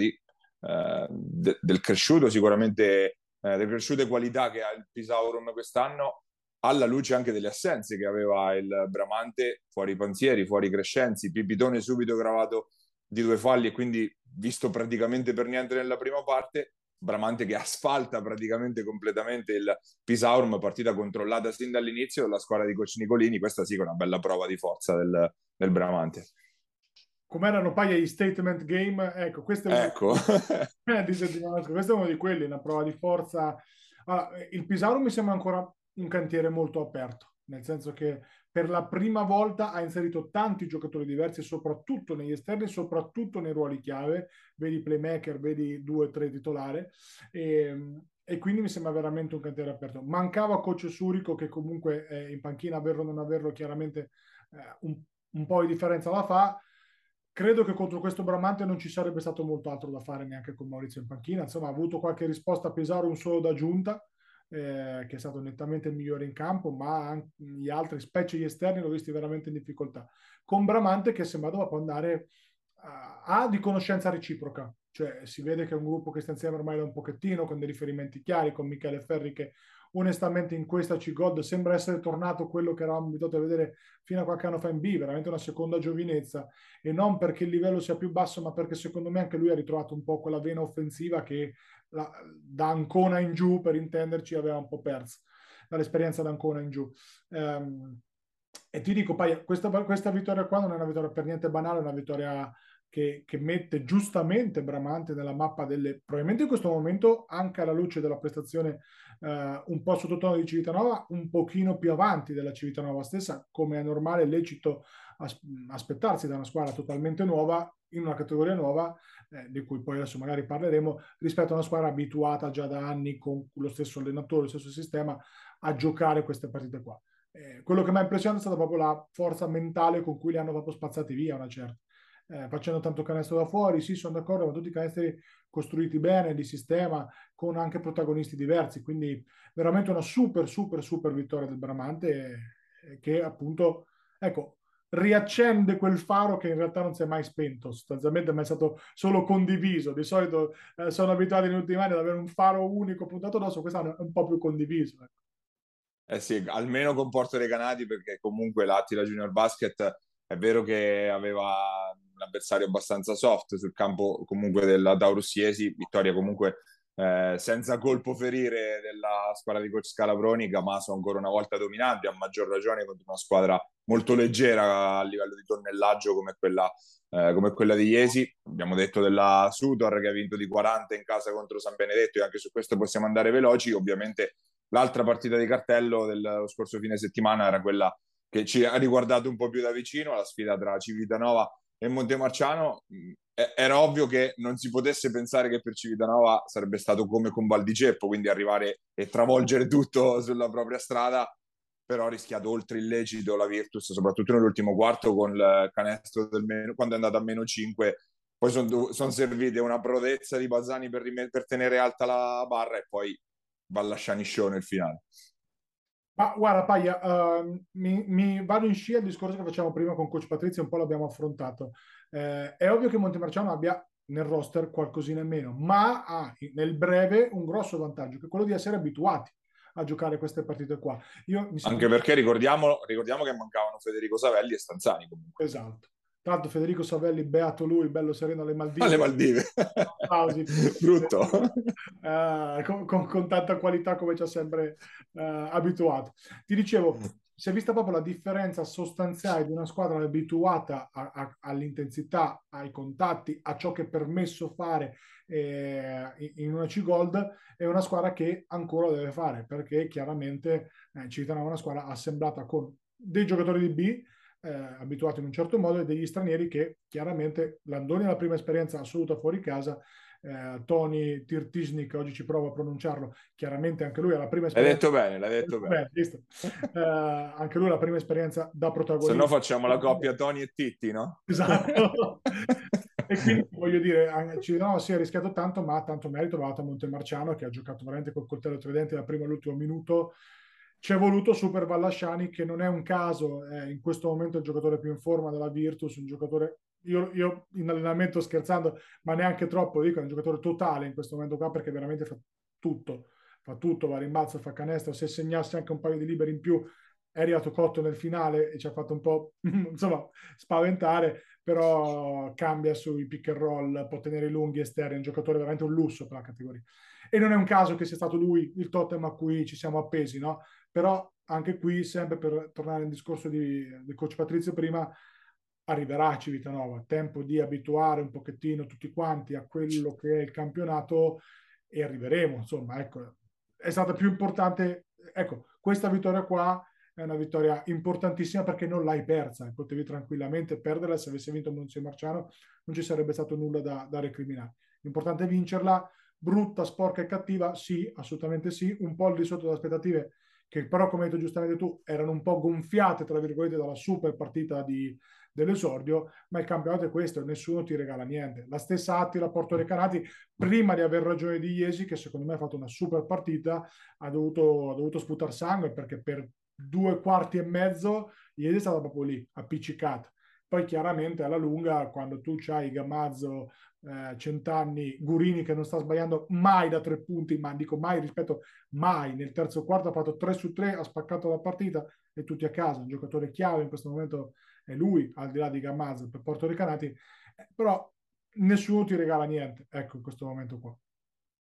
del cresciuto sicuramente le cresciute qualità che ha il Pisaurum quest'anno, alla luce anche delle assenze che aveva il Bramante, fuori Panzieri, fuori Crescenzi, Pipitone subito gravato di 2 falli e quindi visto praticamente per niente nella prima parte. Bramante che asfalta praticamente completamente il Pisaurum, partita controllata sin dall'inizio dalla squadra di coach Nicolini. Questa sì che è una bella prova di forza del Bramante. Come erano poi gli statement game, ecco, questo è ecco. questo è uno di quelli, una prova di forza. Allora, il Pisaro mi sembra ancora un cantiere molto aperto, nel senso che per la prima volta ha inserito tanti giocatori diversi, soprattutto negli esterni, soprattutto nei ruoli chiave, vedi playmaker, vedi 2 o 3 titolari, e quindi mi sembra veramente un cantiere aperto. Mancava coach Surico, che comunque in panchina, averlo o non averlo, chiaramente un po' di differenza la fa. Credo che contro questo Bramante non ci sarebbe stato molto altro da fare neanche con Maurizio in panchina. Insomma, ha avuto qualche risposta a Pesaro, un solo da Giunta, che è stato nettamente il migliore in campo, ma anche gli altri, specie gli esterni, l'ho visti veramente in difficoltà. Con Bramante che sembra dopo andare di conoscenza reciproca, cioè si vede che è un gruppo che sta insieme ormai da un pochettino, con dei riferimenti chiari, con Michele Ferri che onestamente in questa C-God sembra essere tornato quello che eravamo abituati a vedere fino a qualche anno fa in B, veramente una seconda giovinezza, e non perché il livello sia più basso, ma perché secondo me anche lui ha ritrovato un po' quella vena offensiva che da Ancona in giù, per intenderci, aveva un po' perso dall'esperienza da Ancona in giù. E ti dico, poi, questa vittoria qua non è una vittoria per niente banale, è una vittoria che mette giustamente Bramante nella mappa delle, probabilmente in questo momento, anche alla luce della prestazione un po' sottotono di Civitanova, un pochino più avanti della Civitanova stessa, come è normale e lecito aspettarsi da una squadra totalmente nuova, in una categoria nuova, di cui poi adesso magari parleremo, rispetto a una squadra abituata già da anni con lo stesso allenatore, lo stesso sistema, a giocare queste partite qua. Quello che mi ha impressionato è stata proprio la forza mentale con cui li hanno proprio spazzati via una certa. Facendo tanto canestro da fuori, sì, sono d'accordo, ma tutti i canestri costruiti bene, di sistema, con anche protagonisti diversi, quindi veramente una super, super, super vittoria del Bramante che appunto, ecco, riaccende quel faro che in realtà non si è mai spento, sostanzialmente mai stato solo condiviso. Di solito sono abituati negli ultimi anni ad avere un faro unico puntato addosso, quest'anno è un po' più condiviso. Ecco. Eh sì, almeno con Porto Recanati, perché comunque l'Attila Junior Basket è vero che aveva un avversario abbastanza soft sul campo comunque della Taurus Iesi, vittoria comunque senza colpo ferire della squadra di coach Scalabroni, Gamaso ancora una volta dominante, a maggior ragione contro una squadra molto leggera a livello di tonnellaggio come quella di Iesi. Abbiamo detto della Sutor che ha vinto di 40 in casa contro San Benedetto e anche su questo possiamo andare veloci. Ovviamente l'altra partita di cartello dello scorso fine settimana era quella che ci ha riguardato un po' più da vicino, la sfida tra Civitanova e Montemarciano. Era ovvio che non si potesse pensare che per Civitanova sarebbe stato come con Val di Ceppo, quindi arrivare e travolgere tutto sulla propria strada, però ha rischiato oltre il lecito la Virtus, soprattutto nell'ultimo quarto con il canestro quando è andata a meno 5. Poi sono servite una prodezza di Bazzani per tenere alta la barra e poi Vallascianiscione il finale. Ma guarda, Paia, mi vado in scia al discorso che facciamo prima con Coach Patrizio, un po' l'abbiamo affrontato. È ovvio che Montemarciano abbia nel roster qualcosina in meno, ma ha nel breve un grosso vantaggio, che è quello di essere abituati a giocare queste partite qua. Anche perché ricordiamo che mancavano Federico Savelli e Stanzani comunque. Esatto. Tra l'altro Federico Savelli, beato lui, bello sereno alle Maldive. Alle Maldive. Applausi. Brutto. Con tanta qualità come ci ha sempre abituato. Ti dicevo, si è vista proprio la differenza sostanziale di una squadra abituata all'intensità, ai contatti, a ciò che è permesso fare in una C-Gold e una squadra che ancora lo deve fare, perché chiaramente Civitanova è una squadra assemblata con dei giocatori di B abituati in un certo modo e degli stranieri che chiaramente Landoni ha la prima esperienza assoluta fuori casa, Tony Tirtisnik oggi ci provo a pronunciarlo, chiaramente anche lui ha la prima esperienza. L'hai detto bene. Anche lui ha la prima esperienza da protagonista. Se no facciamo la coppia Tony e Titti, no? Esatto. E quindi voglio dire, Civitanova si è rischiato tanto, ma tanto merito va a Montemarciano che ha giocato veramente col coltello tra i denti dal primo all'ultimo minuto. Ci è voluto Super Vallasciani, che non è un caso, è in questo momento il giocatore più in forma della Virtus, un giocatore, io in allenamento scherzando, ma neanche troppo, dico, è un giocatore totale in questo momento qua perché veramente fa tutto, va a rimbalzo, fa canestro, se segnasse anche un paio di liberi in più è arrivato cotto nel finale e ci ha fatto un po' insomma spaventare, però cambia sui pick and roll, può tenere i lunghi esterni, è un giocatore veramente un lusso per la categoria. E non è un caso che sia stato lui il totem a cui ci siamo appesi, no? Però anche qui, sempre per tornare al discorso del coach Patrizio prima, arriverà Civitanova, tempo di abituare un pochettino tutti quanti a quello che è il campionato e arriveremo, insomma, ecco, è stata più importante, ecco, questa vittoria qua è una vittoria importantissima perché non l'hai persa, potevi tranquillamente perderla, se avesse vinto Montemarciano non ci sarebbe stato nulla da recriminare. L'importante è vincerla, brutta, sporca e cattiva, sì, assolutamente sì, un po' al di sotto delle aspettative che però, come hai detto giustamente tu, erano un po' gonfiate, tra virgolette, dalla super partita dell'esordio, ma il campionato è questo, nessuno ti regala niente. La stessa Attila Porto Recanati, prima di aver ragione di Iesi, che secondo me ha fatto una super partita, ha dovuto sputare sangue perché per 2 quarti e mezzo Iesi è stata proprio lì, appiccicata. Poi chiaramente alla lunga, quando tu c'hai Gamazzo, Centanni, Gurini che non sta sbagliando mai da 3 punti, ma dico mai rispetto mai, nel terzo quarto ha fatto 3 su 3, ha spaccato la partita e tutti a casa, un giocatore chiave in questo momento è lui, al di là di Gamazzo per Porto Recanati, però nessuno ti regala niente, ecco, in questo momento qua.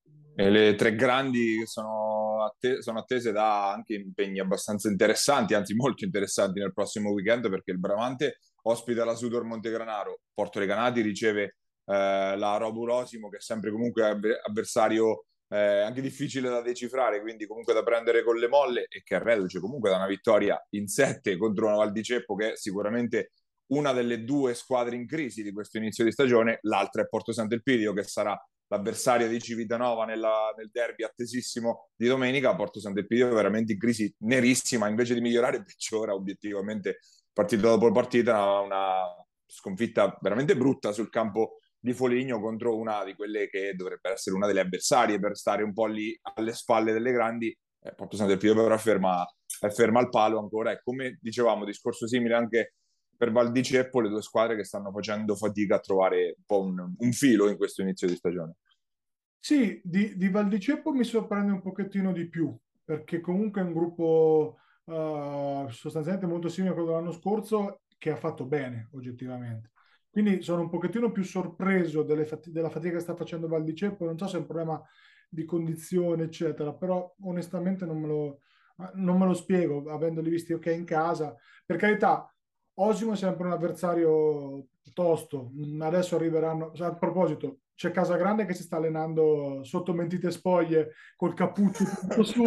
E le tre grandi sono attese da anche impegni abbastanza interessanti, anzi molto interessanti nel prossimo weekend, perché il Bramante ospita la Sudor Montegranaro, Porto Recanati riceve la Robur Osimo, che è sempre comunque avversario anche difficile da decifrare, quindi comunque da prendere con le molle, e che reduce comunque da una vittoria in 7 contro una Val di Ceppo, che è sicuramente una delle due squadre in crisi di questo inizio di stagione. L'altra è Porto Sant'Elpidio, che sarà l'avversario di Civitanova nel derby attesissimo di domenica. Porto Sant'Elpidio veramente in crisi nerissima, invece di migliorare peggiora obiettivamente partita dopo partita, una sconfitta veramente brutta sul campo di Foligno contro una di quelle che dovrebbe essere una delle avversarie per stare un po' lì alle spalle delle grandi. Porto Sant'Elpidio però è ferma al palo ancora, e come dicevamo, discorso simile anche per Val di Ceppo, le due squadre che stanno facendo fatica a trovare un po' un filo in questo inizio di stagione. Sì, di Val di Ceppo mi sorprende un pochettino di più, perché comunque è un gruppo sostanzialmente molto simile a quello dell'anno scorso, che ha fatto bene oggettivamente. Quindi sono un pochettino più sorpreso della fatica che sta facendo Val di Ceppo. Non so se è un problema di condizione, eccetera, però onestamente non me lo spiego, avendoli visti ok in casa. Per carità, Osimo è sempre un avversario tosto. Adesso arriveranno. A proposito, c'è Casagrande che si sta allenando sotto mentite spoglie col cappuccio tutto su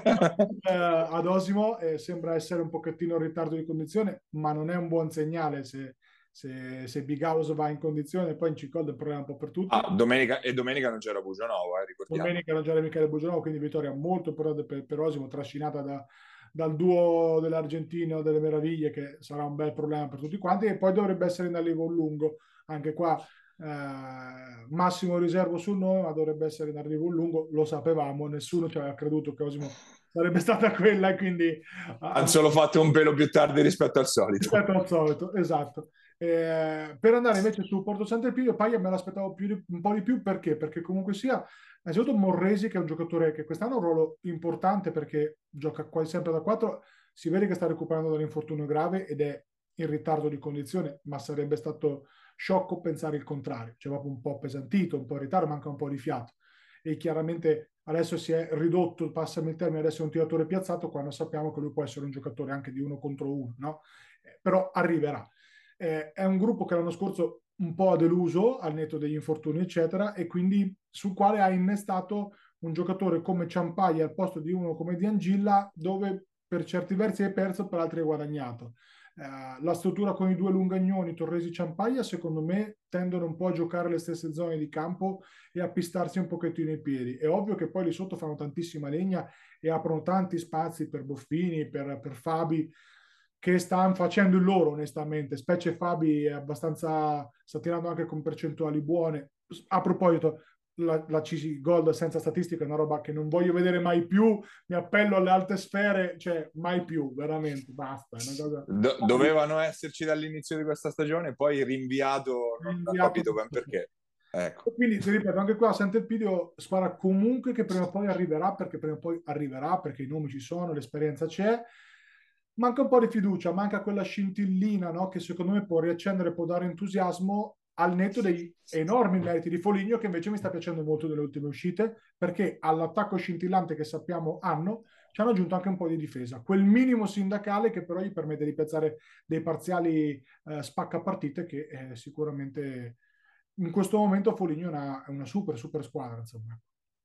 ad Osimo, e sembra essere un pochettino in ritardo di condizione, ma non è un buon segnale se Big House va in condizione. Poi in C-Cold è un problema un po' per tutti. Domenica non c'era Bugianova, ricordiamo. Domenica non c'era Michele Bugianovo, quindi vittoria molto importante per Osimo, trascinata dal duo dell'Argentino delle Meraviglie, che sarà un bel problema per tutti quanti. E poi dovrebbe essere in arrivo un lungo, anche qua massimo riservo sul nome, ma dovrebbe essere in arrivo un lungo. Lo sapevamo, nessuno ci aveva creduto che Osimo sarebbe stata quella, e quindi hanno solo fatto un pelo più tardi rispetto al solito. Rispetto al solito, esatto. Per andare invece su Porto Sant'Elpidio, Paglia me l'aspettavo un po' di più, perché comunque sia, innanzitutto Morresi, che è un giocatore che quest'anno ha un ruolo importante, perché gioca quasi sempre da 4, si vede che sta recuperando dall'infortunio grave ed è in ritardo di condizione, ma sarebbe stato sciocco pensare il contrario. C'è proprio un po' appesantito, un po' in ritardo, manca un po' di fiato, e chiaramente adesso si è ridotto, passami il termine, adesso è un tiratore piazzato, quando sappiamo che lui può essere un giocatore anche di 1 contro 1, no? Però arriverà. È un gruppo che l'anno scorso un po' ha deluso al netto degli infortuni, eccetera, e quindi sul quale ha innestato un giocatore come Ciampaglia al posto di uno come Di Angilla, dove per certi versi hai perso, per altri hai guadagnato. La struttura con i due lungagnoni, Torresi e Ciampaglia, secondo me tendono un po' a giocare le stesse zone di campo e a pistarsi un pochettino i piedi. È ovvio che poi lì sotto fanno tantissima legna e aprono tanti spazi per Boffini, per Fabi, che stanno facendo il loro, onestamente. Specie Fabi è abbastanza, sta tirando anche con percentuali buone. A proposito, la CC Gold senza statistica è una roba che non voglio vedere mai più. Mi appello alle alte sfere, cioè mai più, veramente, basta. È una cosa... Dovevano esserci dall'inizio di questa stagione, poi rinviato, non ho capito ben perché. Ecco. Quindi, ti ripeto, anche qua Sant'Elpidio, squadra comunque che prima o poi arriverà, perché i nomi ci sono, l'esperienza c'è. Manca un po' di fiducia, manca quella scintillina, no? Che secondo me può riaccendere, può dare entusiasmo, al netto degli enormi meriti di Foligno, che invece mi sta piacendo molto delle ultime uscite, perché all'attacco scintillante che sappiamo ci hanno aggiunto anche un po' di difesa. Quel minimo sindacale che però gli permette di piazzare dei parziali spaccapartite, che sicuramente in questo momento Foligno è una super, super squadra, insomma.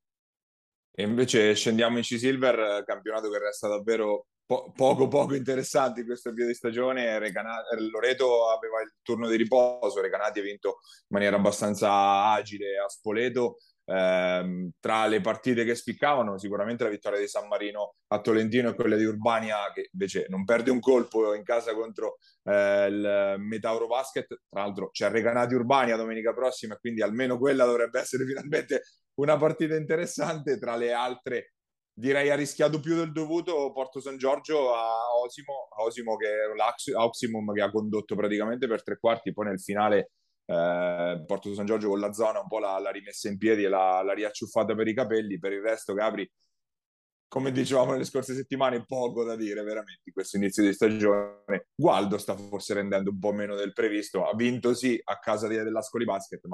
E invece scendiamo in C-Silver, campionato che resta davvero poco interessante in questo avvio di stagione. Loreto aveva il turno di riposo, Recanati ha vinto in maniera abbastanza agile a Spoleto. Tra le partite che spiccavano, sicuramente la vittoria di San Marino a Tolentino e quella di Urbania, che invece non perde un colpo in casa contro il Metauro Basket. Tra l'altro c'è Recanati Urbania domenica prossima, quindi almeno quella dovrebbe essere finalmente una partita interessante. Tra le altre, direi ha rischiato più del dovuto Porto San Giorgio a Osimo, che è l'Auximum, che ha condotto praticamente per 3 quarti, poi nel finale Porto San Giorgio con la zona un po' l'ha rimessa in piedi e l'ha riacciuffata per i capelli. Per il resto, Capri, come dicevamo nelle scorse settimane, poco da dire veramente in questo inizio di stagione. Gualdo sta forse rendendo un po' meno del previsto, ha vinto sì a casa dell'Ascoli Basket, ma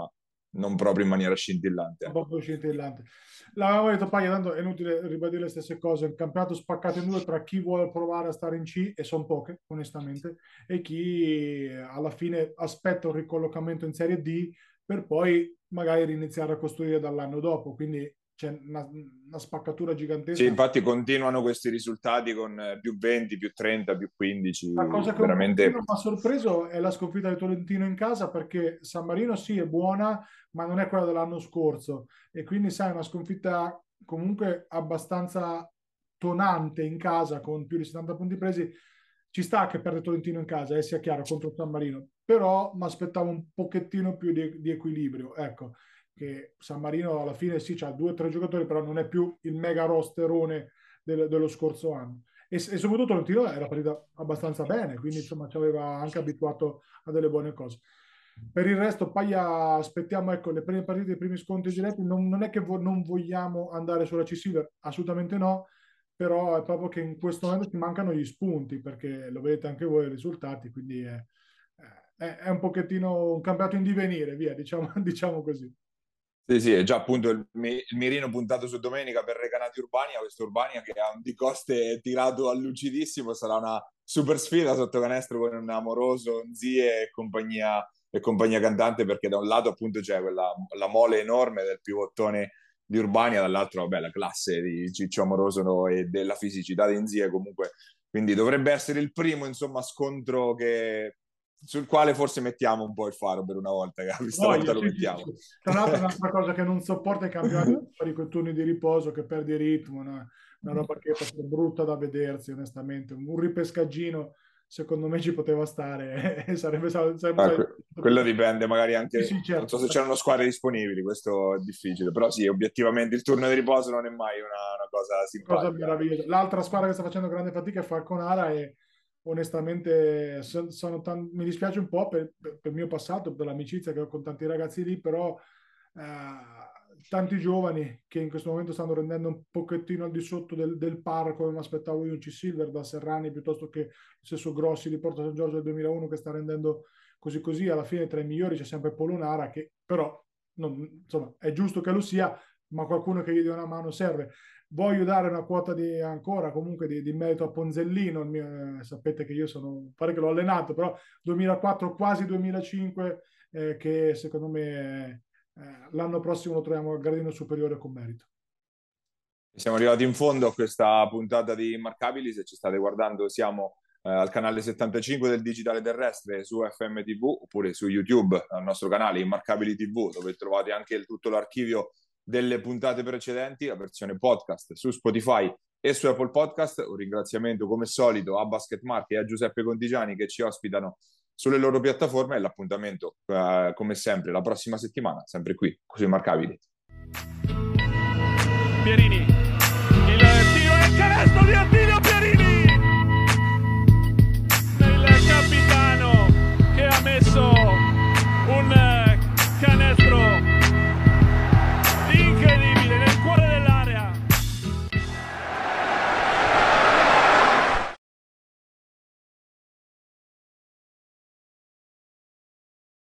non proprio in maniera scintillante. Un po' più scintillante. L'avevamo detto, Paglia, tanto è inutile ribadire le stesse cose. Un campionato spaccato in due tra chi vuole provare a stare in C, e sono poche, onestamente, e chi alla fine aspetta un ricollocamento in Serie D per poi magari riniziare a costruire dall'anno dopo. Quindi c'è una spaccatura gigantesca. Sì, infatti continuano questi risultati con più 20, più 30, più 15. La cosa che veramente... un po' mi ha sorpreso è la sconfitta del Tolentino in casa, perché San Marino sì è buona, ma non è quella dell'anno scorso, e quindi sai, una sconfitta comunque abbastanza tonante in casa con più di 70 punti presi. Ci sta che perde Tolentino in casa, sia chiaro, contro San Marino, però mi aspettavo un pochettino più di equilibrio, ecco, che San Marino alla fine sì, c'ha 2 o 3 giocatori, però non è più il mega rosterone dello scorso anno. E soprattutto Tolentino era partita abbastanza bene, quindi insomma ci aveva anche abituato a delle buone cose. Per il resto, Paglia, aspettiamo, ecco, le prime partite, i primi scontri diretti. Non è che non vogliamo andare sulla C-Silver, assolutamente no, però è proprio che in questo momento ci mancano gli spunti, perché lo vedete anche voi i risultati, quindi è un pochettino un campionato in divenire, via, diciamo così. Sì, sì, è già appunto il mirino puntato su domenica per Recanati Urbania, questo Urbania che ha un Di Coste tirato a lucidissimo, sarà una super sfida sotto canestro con un Amoroso, Nzie e compagnia cantante, perché da un lato appunto c'è la mole enorme del pivottone di Urbania, dall'altro vabbè la classe di Ciccio Amoroso e della fisicità di Nzie comunque, quindi dovrebbe essere il primo insomma scontro sul quale forse mettiamo un po' il faro per una volta, stavolta lo mettiamo. Sì. Tra l'altro è un'altra cosa che non sopporta i campionati di quei turni di riposo che perdi ritmo, una roba che è brutta da vedersi onestamente. Un ripescaggino secondo me ci poteva stare e sarebbe quello dipende magari anche, sì, certo. Non so se c'erano squadre disponibili, questo è difficile, però sì, obiettivamente il turno di riposo non è mai una cosa simpatica. Cosa meravigliosa. L'altra squadra che sta facendo grande fatica è Falconara, e onestamente mi dispiace un po' per il mio passato, per l'amicizia che ho con tanti ragazzi lì, però tanti giovani che in questo momento stanno rendendo un pochettino al di sotto del par, come mi aspettavo io, un C-Silver da Serrani piuttosto che il stesso Grossi di Porto San Giorgio del 2001 che sta rendendo così. Alla fine tra i migliori c'è sempre Polonara, che però insomma è giusto che lo sia, ma qualcuno che gli dia una mano serve. Voglio dare una quota comunque di merito a Ponzellino, sapete che io pare che l'ho allenato, però 2004 quasi 2005, che secondo me l'anno prossimo lo troviamo al gradino superiore con merito. Siamo arrivati in fondo a questa puntata di Immarcabili. Se ci state guardando siamo al canale 75 del Digitale Terrestre su FM TV, oppure su YouTube al nostro canale Immarcabili TV, dove trovate anche tutto l'archivio delle puntate precedenti, la versione podcast su Spotify e su Apple Podcast. Un ringraziamento come solito a Basketmark e a Giuseppe Contigiani che ci ospitano sulle loro piattaforme, e l'appuntamento come sempre la prossima settimana, sempre qui su Immarcabili. Pierini, il tiro e il canestro di Attila!